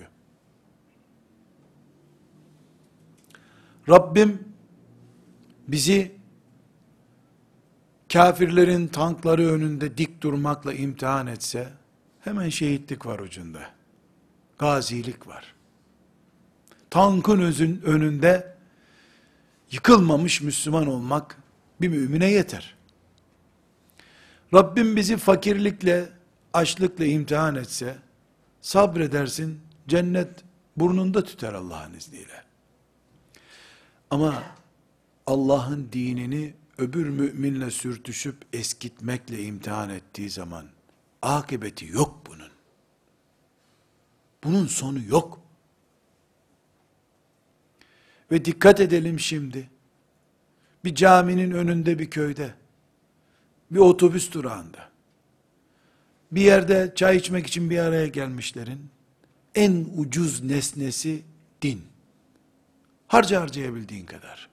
Rabbim bizi kafirlerin tankları önünde dik durmakla imtihan etse, hemen şehitlik var ucunda. Gazilik var. Tankın özün önünde yıkılmamış Müslüman olmak bir mümine yeter. Rabbim bizi fakirlikle, açlıkla imtihan etse, sabredersin, cennet burnunda tüter Allah'ın izniyle. Ama Allah'ın dinini öbür müminle sürtüşüp eskitmekle imtihan ettiği zaman, akıbeti yok bunun. Bunun sonu yok. Ve dikkat edelim şimdi, bir caminin önünde bir köyde, bir otobüs durağında, bir yerde çay içmek için bir araya gelmişlerin, en ucuz nesnesi din. Harca harcayabildiğin kadar.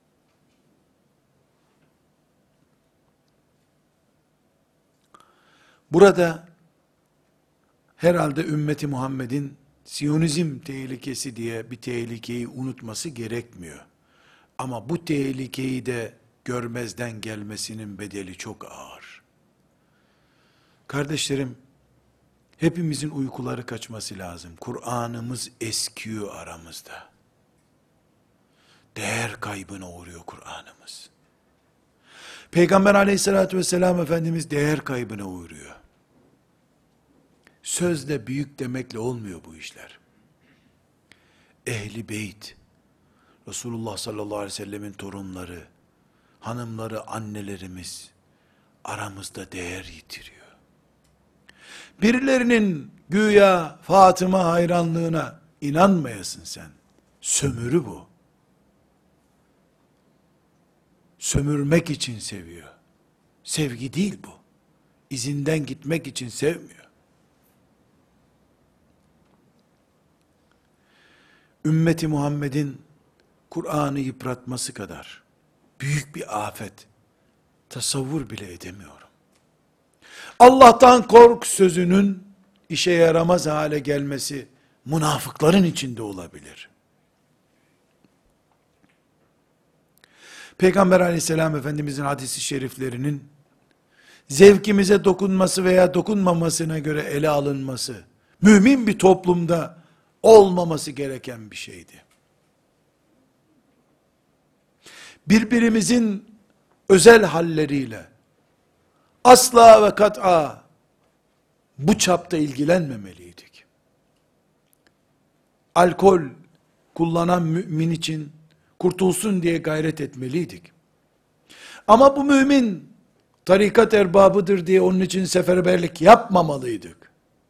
Burada, herhalde ümmeti Muhammed'in Siyonizm tehlikesi diye bir tehlikeyi unutması gerekmiyor. Ama bu tehlikeyi de görmezden gelmesinin bedeli çok ağır. Kardeşlerim, hepimizin uykuları kaçması lazım. Kur'an'ımız eskiyor aramızda. Değer kaybına uğruyor Kur'an'ımız. Peygamber aleyhissalatü vesselam Efendimiz değer kaybına uğruyor. Sözle büyük demekle olmuyor bu işler. Ehli beyt, Resulullah sallallahu aleyhi ve sellemin torunları, hanımları, annelerimiz aramızda değer yitiriyor. Birilerinin güya Fatıma hayranlığına inanmayasın sen. Sömürü bu. Sömürmek için seviyor. Sevgi değil bu. İzinden gitmek için sevmiyor. Ümmeti Muhammed'in Kur'an'ı yıpratması kadar büyük bir afet tasavvur bile edemiyorum. Allah'tan kork sözünün işe yaramaz hale gelmesi münafıkların içinde olabilir. Peygamber aleyhisselam Efendimizin hadisi şeriflerinin zevkimize dokunması veya dokunmamasına göre ele alınması, mümin bir toplumda olmaması gereken bir şeydi. Birbirimizin özel halleriyle asla ve kat'a bu çapta ilgilenmemeliydik. Alkol kullanan mümin için kurtulsun diye gayret etmeliydik. Ama bu mümin tarikat erbabıdır diye onun için seferberlik yapmamalıydık.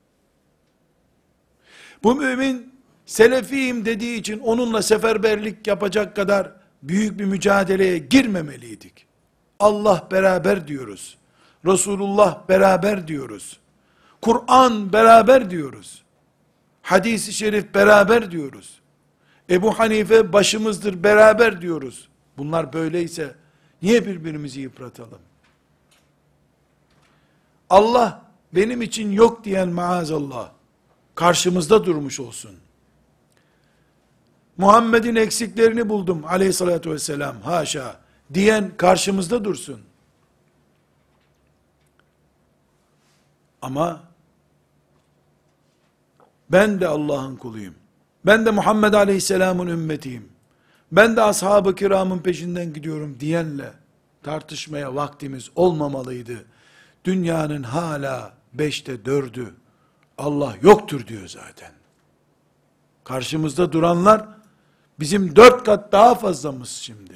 Bu mümin selefiyim dediği için onunla seferberlik yapacak kadar büyük bir mücadeleye girmemeliydik. Allah beraber diyoruz. Resulullah beraber diyoruz. Kur'an beraber diyoruz. Hadis-i şerif beraber diyoruz. Ebu Hanife başımızdır beraber diyoruz. Bunlar böyleyse niye birbirimizi yıpratalım? Allah benim için yok diyen maazallah karşımızda durmuş olsun. Muhammed'in eksiklerini buldum aleyhissalatü vesselam, haşa diyen karşımızda dursun. Ama ben de Allah'ın kuluyum. Ben de Muhammed aleyhisselamın ümmetiyim. Ben de ashab-ı kiramın peşinden gidiyorum diyenle tartışmaya vaktimiz olmamalıydı. Dünyanın hala beşte dördü Allah yoktur diyor zaten. Karşımızda duranlar bizim dört kat daha fazlamız şimdi.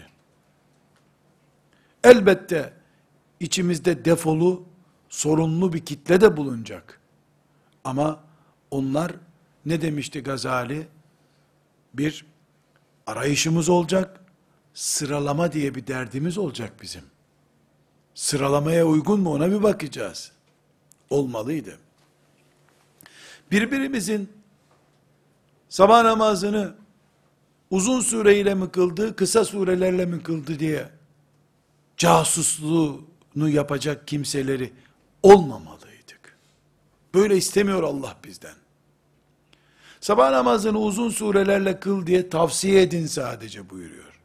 Elbette içimizde defolu, sorunlu bir kitle de bulunacak. Ama onlar, ne demişti Gazali? Bir arayışımız olacak, sıralama diye bir derdimiz olacak bizim. Sıralamaya uygun mu, ona bir bakacağız. Olmalıydı. Birbirimizin sabah namazını uzun sureyle mi kıldı, kısa surelerle mi kıldı diye casusluğunu yapacak kimseleri olmamalıydık. Böyle istemiyor Allah bizden. Sabah namazını uzun surelerle kıl diye tavsiye edin sadece buyuruyor.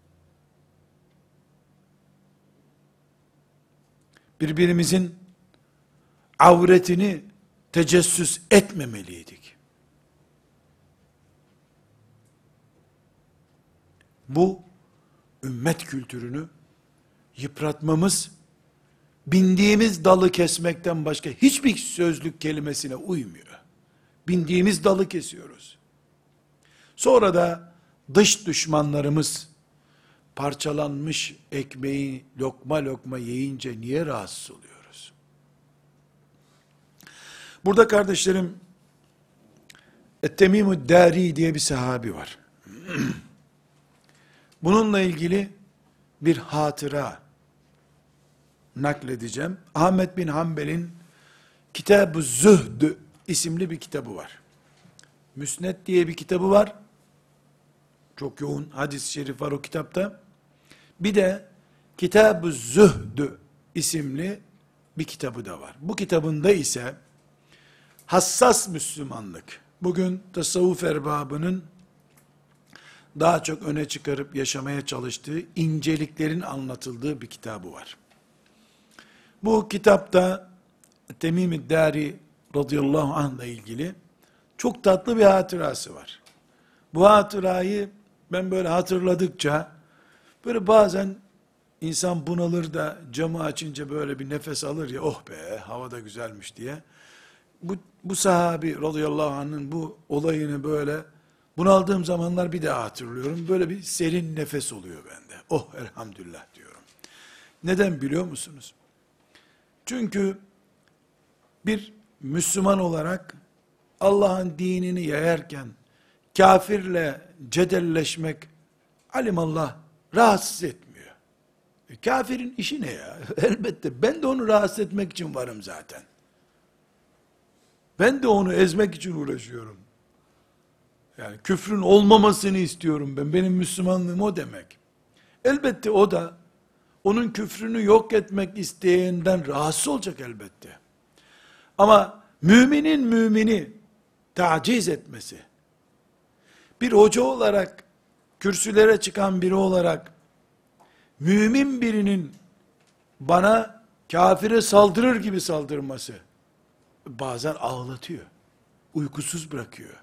Birbirimizin avretini tecessüs etmemeliydik. Bu ümmet kültürünü yıpratmamız, bindiğimiz dalı kesmekten başka hiçbir sözlük kelimesine uymuyor. Bindiğimiz dalı kesiyoruz. Sonra da dış düşmanlarımız parçalanmış ekmeği lokma lokma yiyince niye rahatsız oluyoruz? Burada kardeşlerim, Et-Temimü Dari diye bir sahabi var. Bununla ilgili bir hatıra nakledeceğim. Ahmet bin Hanbel'in Kitab-ı Zühd isimli bir kitabı var. Müsned diye bir kitabı var. Çok yoğun hadis-i şerif var o kitapta. Bir de Kitab-ı Zühd isimli bir kitabı da var. Bu kitabında ise hassas Müslümanlık, bugün tasavvuf erbabının daha çok öne çıkarıp yaşamaya çalıştığı inceliklerin anlatıldığı bir kitabı var. Bu kitapta Temim-i Dari radıyallahu anh'la ilgili çok tatlı bir hatırası var. Bu hatırayı ben böyle hatırladıkça böyle bazen insan bunalır da camı açınca böyle bir nefes alır ya, oh be havada güzelmiş diye. Bu, bu sahabi radıyallahu anh'ın bu olayını böyle bunaldığım zamanlar bir daha hatırlıyorum. Böyle bir serin nefes oluyor bende. Oh elhamdülillah diyorum. Neden biliyor musunuz? Çünkü bir Müslüman olarak Allah'ın dinini yayarken kafirle cedelleşmek alimallah rahatsız etmiyor. E, kafirin işi ne ya? Elbette ben de onu rahatsız etmek için varım zaten. Ben de onu ezmek için uğraşıyorum. Yani küfrün olmamasını istiyorum ben. Benim Müslümanlığım o demek. Elbette o da onun küfrünü yok etmek isteyenden rahatsız olacak elbette. Ama müminin mümini taciz etmesi, bir hoca olarak, kürsülere çıkan biri olarak, mümin birinin bana kafire saldırır gibi saldırması, bazen ağlatıyor, uykusuz bırakıyor.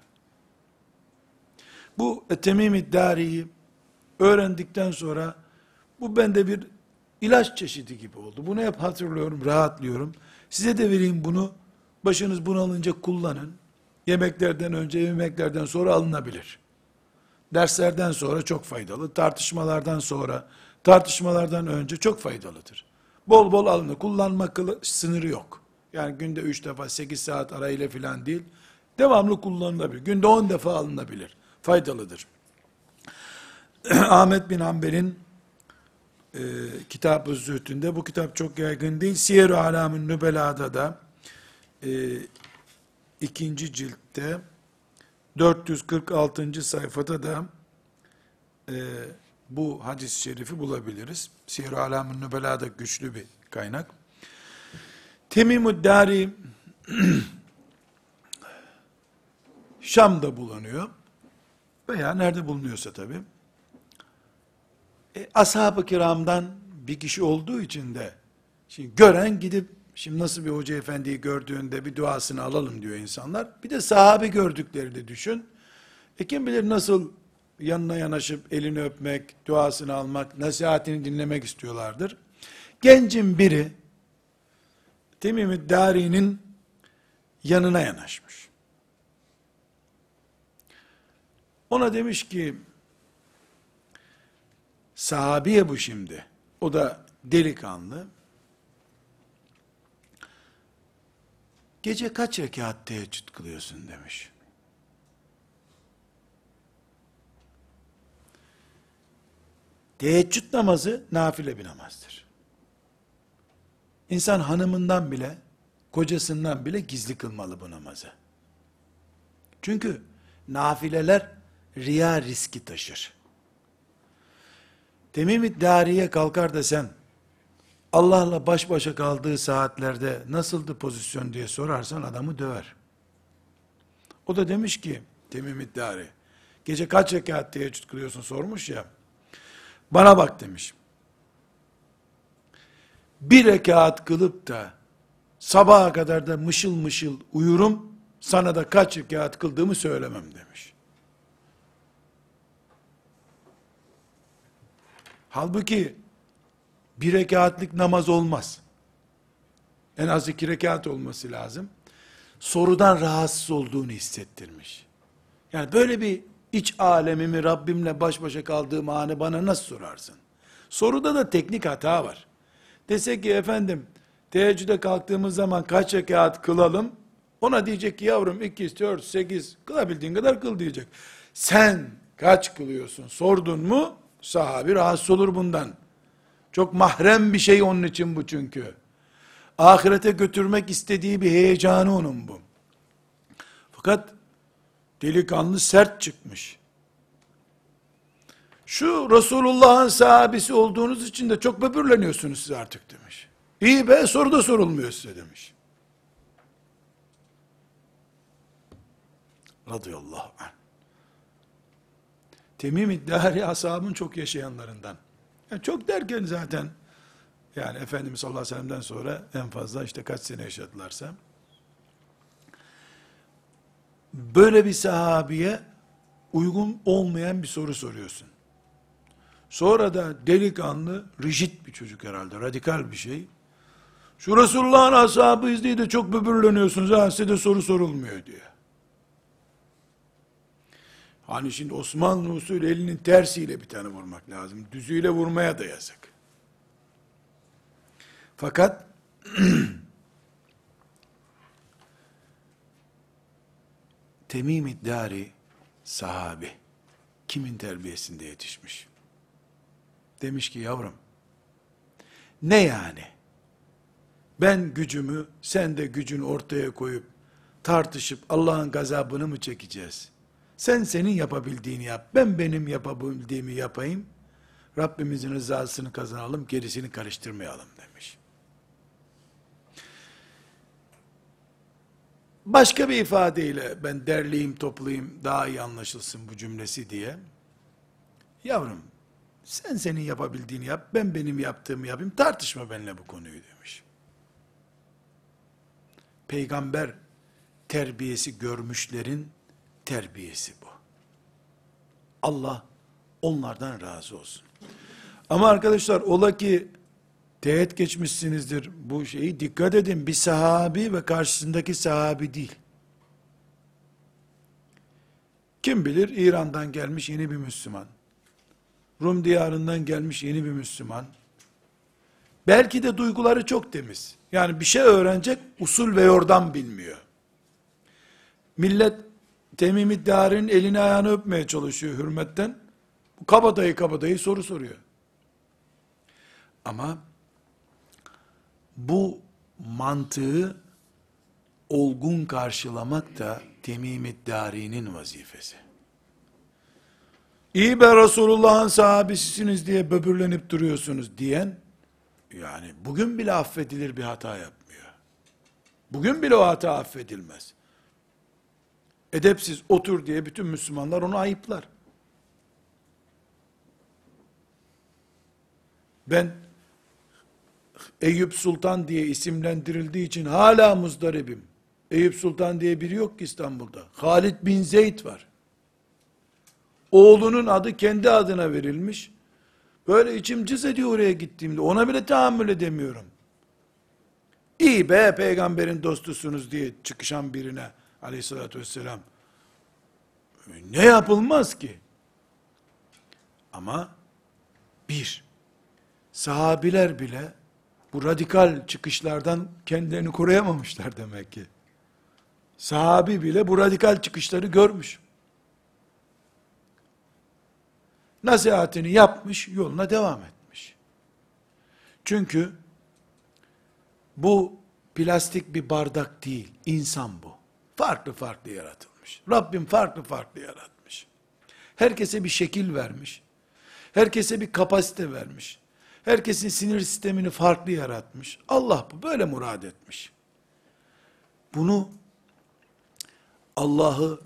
Bu Et-Temim-i Dari'yi öğrendikten sonra, bu bende bir ilaç çeşidi gibi oldu. Bunu hep hatırlıyorum, rahatlıyorum. Size de vereyim bunu, başınız bunalınca kullanın. Yemeklerden önce, yemeklerden sonra alınabilir. Derslerden sonra çok faydalı, tartışmalardan sonra, tartışmalardan önce çok faydalıdır. Bol bol alınır, kullanma sınırı yok. Yani günde üç defa, sekiz saat arayla filan değil, devamlı kullanılabilir. Günde on defa alınabilir, faydalıdır. Ahmet bin Hanbel'in e, Kitab-ı Zühd'ünde, bu kitap çok yaygın değil, Siyer-i Alam-ı Nübela'da da e, ikinci ciltte dört yüz kırk altıncı sayfada da e, bu hadis-i şerifi bulabiliriz. Siyer-i Alam-ı Nübela'da güçlü bir kaynak. Temim-i Dari Şam'da bulunuyor. veya nerede bulunuyorsa tabi. E, ashab-ı kiramdan bir kişi olduğu için de, şimdi gören gidip, şimdi nasıl bir hoca efendiyi gördüğünde bir duasını alalım diyor insanlar. Bir de sahabe gördükleri de düşün. E kim bilir nasıl yanına yanaşıp elini öpmek, duasını almak, nasihatini dinlemek istiyorlardır. Gencin biri Temim-i Dari'nin yanına yanaşmış. Ona demiş ki, sahabiye bu şimdi, o da delikanlı, gece kaç rekat teheccüd kılıyorsun demiş. Teheccüd namazı nafile bir namazdır. İnsan hanımından bile, kocasından bile gizli kılmalı bu namazı. Çünkü nafileler riya riski taşır. Temim-i Dari'ye kalkar da sen, Allah'la baş başa kaldığı saatlerde nasıldı pozisyon diye sorarsan adamı döver. O da demiş ki, Temim-i Dari, gece kaç rekat teheccüd kılıyorsun sormuş ya, bana bak demiş, bir rekat kılıp da sabaha kadar da mışıl mışıl uyurum, sana da kaç rekat kıldığımı söylemem demiş. Halbuki bir rekatlik namaz olmaz. En az iki rekat olması lazım. Sorudan rahatsız olduğunu hissettirmiş. Yani böyle bir iç alemimi Rabbimle baş başa kaldığım anı bana nasıl sorarsın? Soruda da teknik hata var. Dese ki efendim teheccüde kalktığımız zaman kaç rekat kılalım? Ona diyecek ki yavrum iki, dört, sekiz kılabildiğin kadar kıl diyecek. Sen kaç kılıyorsun sordun mu sahabi rahatsız olur bundan. Çok mahrem bir şey onun için bu çünkü. Ahirete götürmek istediği bir heyecanı onun bu. Fakat delikanlı sert çıkmış. Şu Resulullah'ın sahabesi olduğunuz için de çok böbürleniyorsunuz siz artık demiş. İyi be soru da sorulmuyor size demiş. Radıyallahu anh. Temim-i Dari ashabın çok yaşayanlarından. Yani çok derken zaten yani Efendimiz sallallahu aleyhi ve sellem'den sonra en fazla işte kaç sene yaşadılarsa böyle bir sahabiye uygun olmayan bir soru soruyorsun. Sonra da delikanlı, rigid bir çocuk herhalde, radikal bir şey. Şu Resulullah'ın ashabıyız diye de çok böbürleniyorsunuz ha, size de soru sorulmuyor diyor. Hani şimdi Osmanlı usulü elinin tersiyle bir tane vurmak lazım. Düzüyle vurmaya da yazık. Fakat Temim-i Dari sahabi kimin terbiyesinde yetişmiş? Demiş ki yavrum ne yani? Ben gücümü sen de gücünü ortaya koyup tartışıp Allah'ın gazabını mı çekeceğiz? Sen senin yapabildiğini yap. Ben benim yapabildiğimi yapayım. Rabbimizin rızasını kazanalım. Gerisini karıştırmayalım demiş. Başka bir ifadeyle ben derleyeyim toplayayım daha iyi anlaşılsın bu cümlesi diye. Yavrum sen senin yapabildiğini yap. Ben benim yaptığımı yapayım. Tartışma benimle bu konuyu demiş. Peygamber terbiyesi görmüşlerin terbiyesi bu. Allah onlardan razı olsun. Ama arkadaşlar ola ki teğet geçmişsinizdir bu şeyi dikkat edin bir sahabi ve karşısındaki sahabi değil. Kim bilir İran'dan gelmiş yeni bir Müslüman. Rum diyarından gelmiş yeni bir Müslüman. Belki de duyguları çok temiz. Yani bir şey öğrenecek usul ve yordam bilmiyor. Millet Temim-i Dari'nin elini ayağını öpmeye çalışıyor hürmetten. Kabadayı kabadayı soru soruyor. Ama bu mantığı olgun karşılamak da Temim-i Dari'nin vazifesi. İyi be Resulullah'ın sahabesisiniz diye böbürlenip duruyorsunuz diyen, yani bugün bile affedilir bir hata yapmıyor. Bugün bile o hata affedilmez. Edepsiz otur diye bütün Müslümanlar onu ayıplar. Ben Eyüp Sultan diye isimlendirildiği için hala muzdaribim. Eyüp Sultan diye biri yok ki İstanbul'da. Halid bin Zeyd var. Oğlunun adı kendi adına verilmiş. Böyle içim cız ediyor oraya gittiğimde. Ona bile tahammül edemiyorum. İyi be, peygamberin dostusunuz diye çıkışan birine aleyhissalatü vesselam ne yapılmaz ki? Ama bir, sahabiler bile bu radikal çıkışlardan kendilerini koruyamamışlar demek ki. Sahabi bile bu radikal çıkışları görmüş. Nasihatini yapmış, yoluna devam etmiş. Çünkü bu plastik bir bardak değil, insan bu. Farklı farklı yaratılmış. Rabbim farklı farklı yaratmış. Herkese bir şekil vermiş. Herkese bir kapasite vermiş. Herkesin sinir sistemini farklı yaratmış. Allah bu böyle murad etmiş. Bunu Allah'ı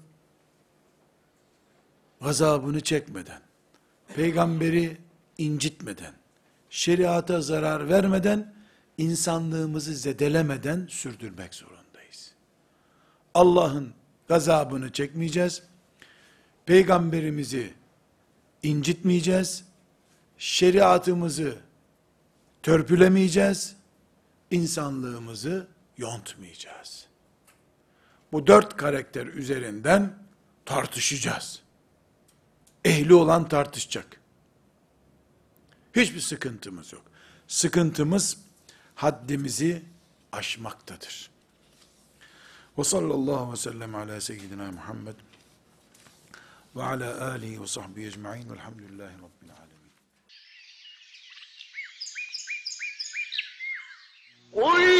gazabını çekmeden, peygamberi incitmeden, şeriata zarar vermeden, insanlığımızı zedelemeden sürdürmek zorundayız. Allah'ın gazabını çekmeyeceğiz, peygamberimizi incitmeyeceğiz, şeriatımızı törpülemeyeceğiz, insanlığımızı yontmayacağız. Bu dört karakter üzerinden tartışacağız. Ehli olan tartışacak. Hiçbir sıkıntımız yok. Sıkıntımız haddimizi aşmaktadır. Ve sallallahu ve sellem ala seyyidina Muhammed ve ala alihi ve sahbihi ecma'in velhamdülillahi rabbil alemin.